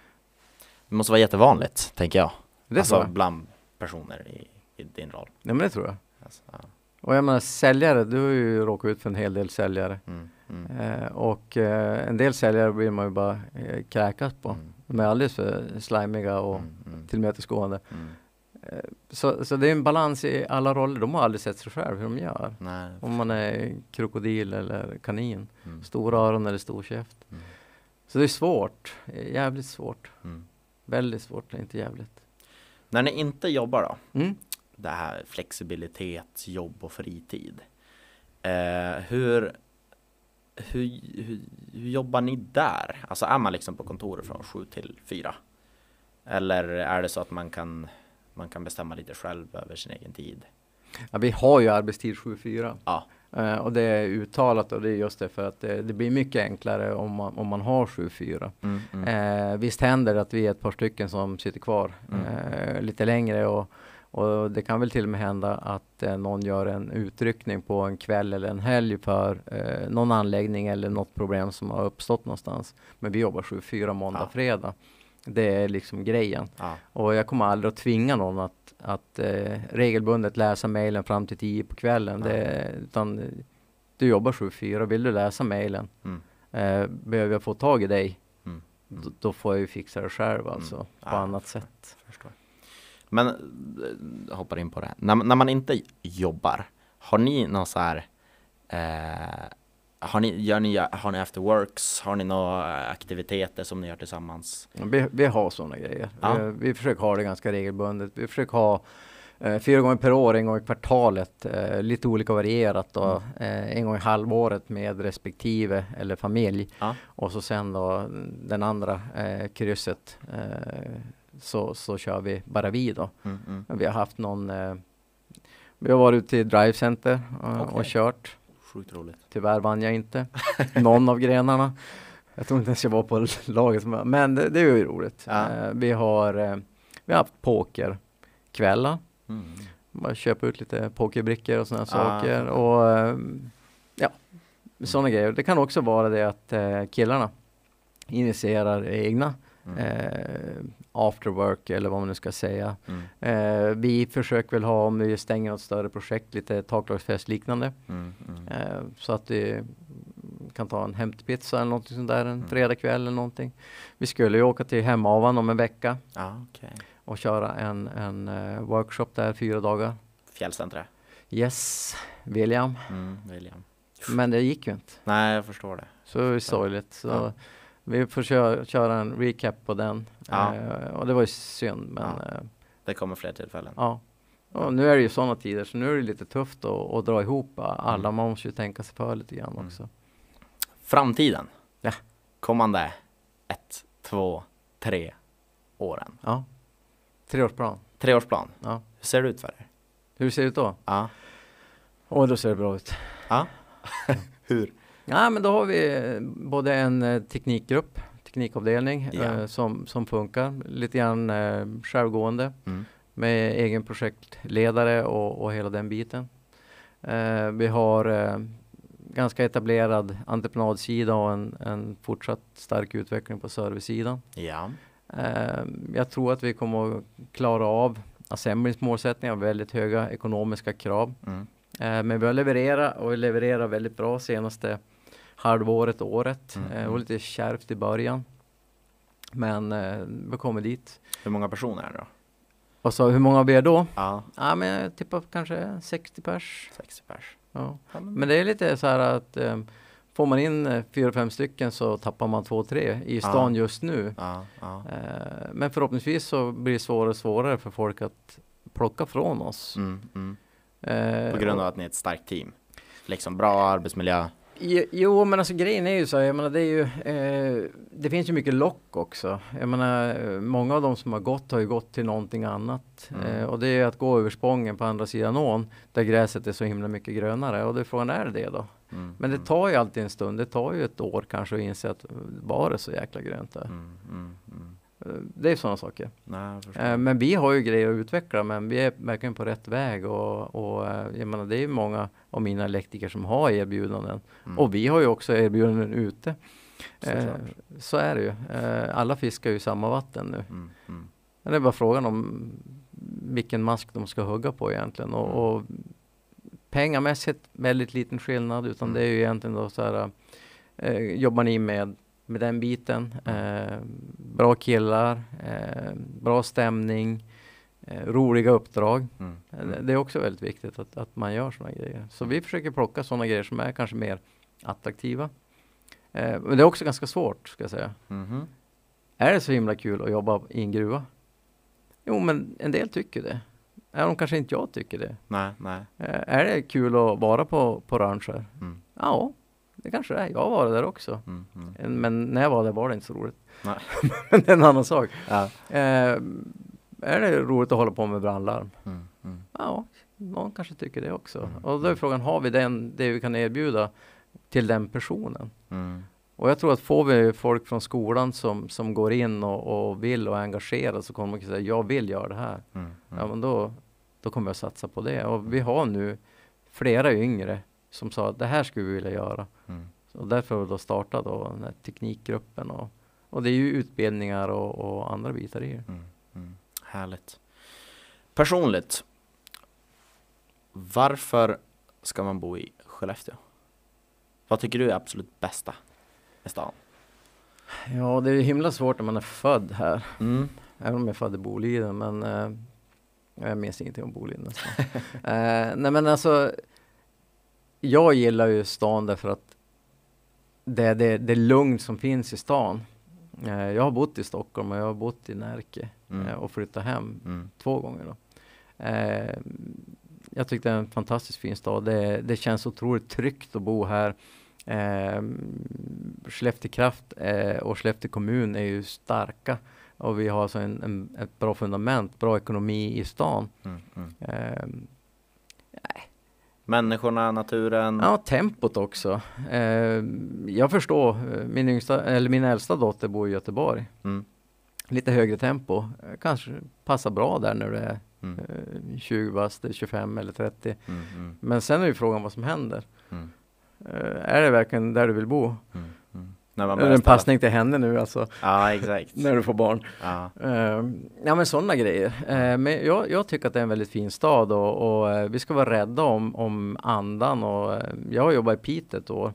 Det måste vara jättevanligt, tänker jag. Det alltså jag. Bland personer i, i din roll. Ja, men det tror jag. Alltså, ja. Och jag menar säljare, du har ju råkat ut för en hel del säljare. Mm. Mm. Eh, och eh, en del säljare blir man ju bara eh, kräkas på. Mm. De är alldeles för slimiga och mm. Mm. tillmötesgående. Mm. Eh, så, så det är en balans i alla roller. De har aldrig sett sig själv hur de gör. Nej, om man är krokodil eller kanin. Mm. Stora öron eller stor käft. Mm. Så det är svårt. Jävligt svårt. Mm. Väldigt svårt, inte jävligt. När ni inte jobbar då? Mm. Det här flexibilitet, jobb och fritid. Eh, hur, hur, hur, hur jobbar ni där? Alltså är man liksom på kontoret från sju till fyra? Eller är det så att man kan, man kan bestämma lite själv över sin egen tid? Ja, vi har ju arbetstid sju fyra. Ja. Uh, och det är uttalat och det är just det för att det, det blir mycket enklare om man, om man har sju fyra. Mm, mm. Uh, visst händer det att vi är ett par stycken som sitter kvar mm. uh, lite längre och, och det kan väl till och med hända att uh, någon gör en utryckning på en kväll eller en helg för uh, någon anläggning eller något problem som har uppstått någonstans. Men vi jobbar sju fyra måndag, ja. fredag. Det är liksom grejen. Ja. Och jag kommer aldrig att tvinga någon att att eh, regelbundet läsa mejlen fram till tio på kvällen. Det, utan du jobbar sju fyra. Vill du läsa mejlen mm. eh, behöver jag få tag i dig mm. Mm. D- då får jag ju fixa det själv alltså mm. på ja, annat sätt. Förstår. Men jag hoppar in på det. När, när man inte jobbar, har ni någon så här eh, har ni, gör ni, har ni afterworks? Har ni några aktiviteter som ni gör tillsammans? Vi, vi har sådana grejer. Ja. Vi, vi försöker ha det ganska regelbundet. Vi försöker ha eh, fyra gånger per år, en gång i kvartalet. Eh, lite olika varierat. Då, mm. eh, en gång i halvåret med respektive eller familj. Ja. Och så sen då den andra eh, krysset eh, så, så kör vi bara vi då. Mm, mm. Vi har haft någon... Eh, vi har varit ute i Drive Center och, okay. och kört. Sjukt roligt. Tyvärr vann jag inte någon av grenarna. Jag tror inte ens jag var på laget. Men det, det är ju roligt. Ja. Uh, vi, har, uh, vi har haft pokerkvällar. Mm. Man köper ut lite pokerbrickor och sådana ah, saker. Och uh, ja, sådana mm. grejer. Det kan också vara det att uh, killarna initierar egna mm. uh, afterwork eller vad man nu ska säga. Mm. Eh, vi försöker väl ha, om vi stänger något större projekt, lite taklagsfest liknande. Mm, mm. Eh, så att det kan ta en hämtpizza eller någonting sånt där en mm. fredagkväll eller någonting. Vi skulle ju åka till Hemavan om en vecka. Ah, okay. Och köra en, en uh, workshop där fyra dagar. Fjällcentra? Yes, William. Mm, William. Men det gick ju inte. Nej, jag förstår det. Så det är sorgligt. Så ja. Vi får köra, köra en recap på den. Ja. Uh, och det var ju synd. Men, ja. uh, det kommer fler tillfällen. Ja. Och nu är det ju sådana tider så nu är det lite tufft att, att dra ihop alla. Mm. Man måste ju tänka sig för lite grann också. Mm. Framtiden? Ja. Kommande ett, två, tre åren? Ja. Treårsplan. Treårsplan? Ja. Hur ser det ut för er? Hur ser det ut då? Ja. Och då ser det bra ut. Ja. Hur? Ja, men då har vi både en eh, teknikgrupp, teknikavdelning ja. eh, som, som funkar. Lite grann eh, självgående. Mm. Med egen projektledare och, och hela den biten. Eh, vi har eh, ganska etablerad entreprenadsida och en, en fortsatt stark utveckling på servicesidan. Ja. Eh, jag tror att vi kommer att klara av Assemblins målsättningar, väldigt höga ekonomiska krav. Mm. Eh, men vi har levererat och levererar väldigt bra senaste halvåret och året. Mm. Eh, det var lite kärvt i början. Men eh, vi kommer dit. Hur många personer är det då? Och så hur många blir då? Ja. Ja, men jag tippar kanske sextio pers. sextio pers. Ja. Men det är lite så här att eh, får man in eh, fyra, fem stycken så tappar man två, tre i stan ja. just nu. Ja. Ja. Eh, men förhoppningsvis så blir det svårare och svårare för folk att plocka från oss. Mm, mm. Eh, På grund av att ni är ett starkt team. Liksom bra arbetsmiljö. Jo, men alltså grejen är ju så, jag menar det är ju, eh, det finns ju mycket lock också. Jag menar, många av de som har gått har ju gått till någonting annat. Mm. Eh, och det är att gå över Spången på andra sidan ån, där gräset är så himla mycket grönare. Och det är frågan, är det då? Mm. Men det tar ju alltid en stund, det tar ju ett år kanske att inse att var det så jäkla grönt där. Mm, mm, mm. Det är sådana saker. Nej, eh, men vi har ju grejer att utveckla, men vi är verkligen på rätt väg. Och, och jag menar, det är ju många av mina elektriker som har erbjudanden. Mm. Och vi har ju också erbjudanden ute. Eh, så är det ju. Eh, alla fiskar ju i samma vatten nu. Mm. Mm. Men det är bara frågan om vilken mask de ska hugga på egentligen. Och, mm. och pengamässigt väldigt liten skillnad. Utan mm. det är ju egentligen då så här, eh, jobbar ni med med den biten. Eh, bra killar, eh, bra stämning, eh, roliga uppdrag. Mm. Mm. Det är också väldigt viktigt att, att man gör sådana grejer. Så vi försöker plocka sådana grejer som är kanske mer attraktiva. Eh, men det är också ganska svårt, ska jag säga. Mm. Är det så himla kul att jobba i en gruva? Jo, men en del tycker det. Även om kanske inte jag tycker det. Nej, nej. Eh, är det kul att vara på, på Rönnskär? Mm. Ja. Det kanske det är. Jag var där också. Mm, mm. Men när jag var där var det inte så roligt. Nej. Men det är en annan sak. Ja. Eh, är det roligt att hålla på med brandlarm? Mm, mm. Ja, någon kanske tycker det också. Mm, och då är frågan, har vi den, det vi kan erbjuda till den personen? Mm. Och jag tror att får vi folk från skolan som, som går in och, och vill och är engagerade, så kommer man kunna säga, jag vill göra det här. Mm, mm. Ja, men då, då kommer jag satsa på det. Och vi har nu flera yngre som sa att det här skulle vi vilja göra. Mm. Så därför har vi då startat då den här teknikgruppen. Och, och det är ju utbildningar och, och andra bitar i det. Mm. Mm. Härligt. Personligt, varför ska man bo i Skellefteå? Vad tycker du är absolut bästa med stan? Ja, det är himla svårt när man är född här. Mm. Även om jag är född i Boliden, men eh, jag minns ingenting om Boliden nästan. eh, nej men alltså, jag gillar ju stan därför att det är det, det lugn som finns i stan. Eh, jag har bott i Stockholm och jag har bott i Närke mm. eh, och flyttat hem mm. två gånger då. Eh, jag tyckte det är en fantastiskt fin stad. Det, det känns otroligt tryggt att bo här. Eh, Skellefteå Kraft eh, och Skellefteå kommun är ju starka. Och vi har alltså en, en, ett bra fundament, bra ekonomi i stan. Mm, mm. Eh, nej. Människorna, naturen. Ja, tempot också. Eh, jag förstår, min, yngsta, eller min äldsta dotter bor i Göteborg. Mm. Lite högre tempo. Kanske passar bra där när det är mm. eh, tjugo bast, tjugofem eller trettio. Mm, mm. Men sen är ju frågan vad som händer. Mm. Eh, är det verkligen där du vill bo? Mm, mm. När man är det en passning till henne nu alltså? Ja, exakt. När du får barn. Ja, uh, ja men sådana grejer. Uh, men jag, jag tycker att det är en väldigt fin stad och, och uh, vi ska vara rädda om, om andan. Och, uh, jag har jobbat i Piteå ett år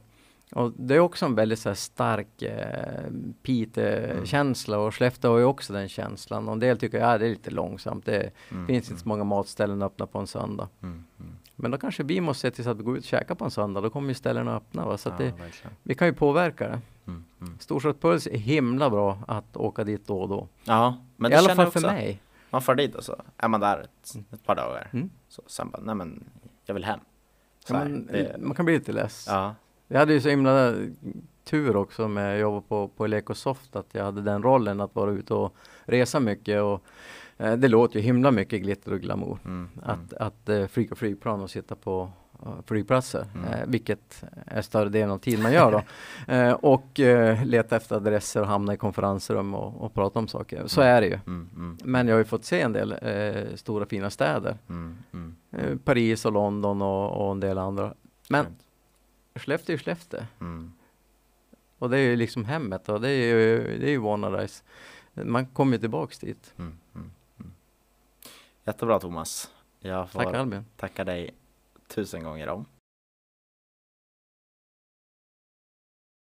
Och det är också en väldigt så här stark eh, Piteå-känsla och Skellefteå har ju också den känslan. Och en del tycker att ja, det är lite långsamt. Det Mm, finns mm. inte så många matställen öppna på en söndag. Mm, mm. Men då kanske vi måste se till så att vi går ut och käkar på en söndag. Då kommer ju ställena öppna. Va? Så att Ja, det, verkligen. vi kan ju påverka det. Mm, mm. Storstadspuls är himla bra att åka dit då och då. Ja, men I det alla känner fall jag för också. mig. Man får dit och så är man där ett, ett par dagar. Mm. Så sen bara, nej men jag vill hem. Så Ja, här, men, det, man kan bli lite less. ja. Jag hade ju så himla tur också med att jobba på, på Lekosoft att jag hade den rollen att vara ute och resa mycket och eh, det låter ju himla mycket glitter och glamour Mm, att, att eh, flyga flygplan och sitta på uh, flygplatser, Mm. eh, vilket är större delen av tiden man gör då eh, och eh, leta efter adresser och hamna i konferensrum och, och prata om saker, så är det ju. Mm, mm, Men jag har ju fått se en del eh, stora fina städer, mm, mm. eh, Paris och London och, och en del andra, men Fint. Skellefteå är Skellefteå. Mm. Och det är ju liksom hemmet och det är ju, det är ju Vanadise. Man kommer ju tillbaks dit. Mm, mm, mm. Jättebra Thomas. Jag får Tack Albin. tacka dig tusen gånger om.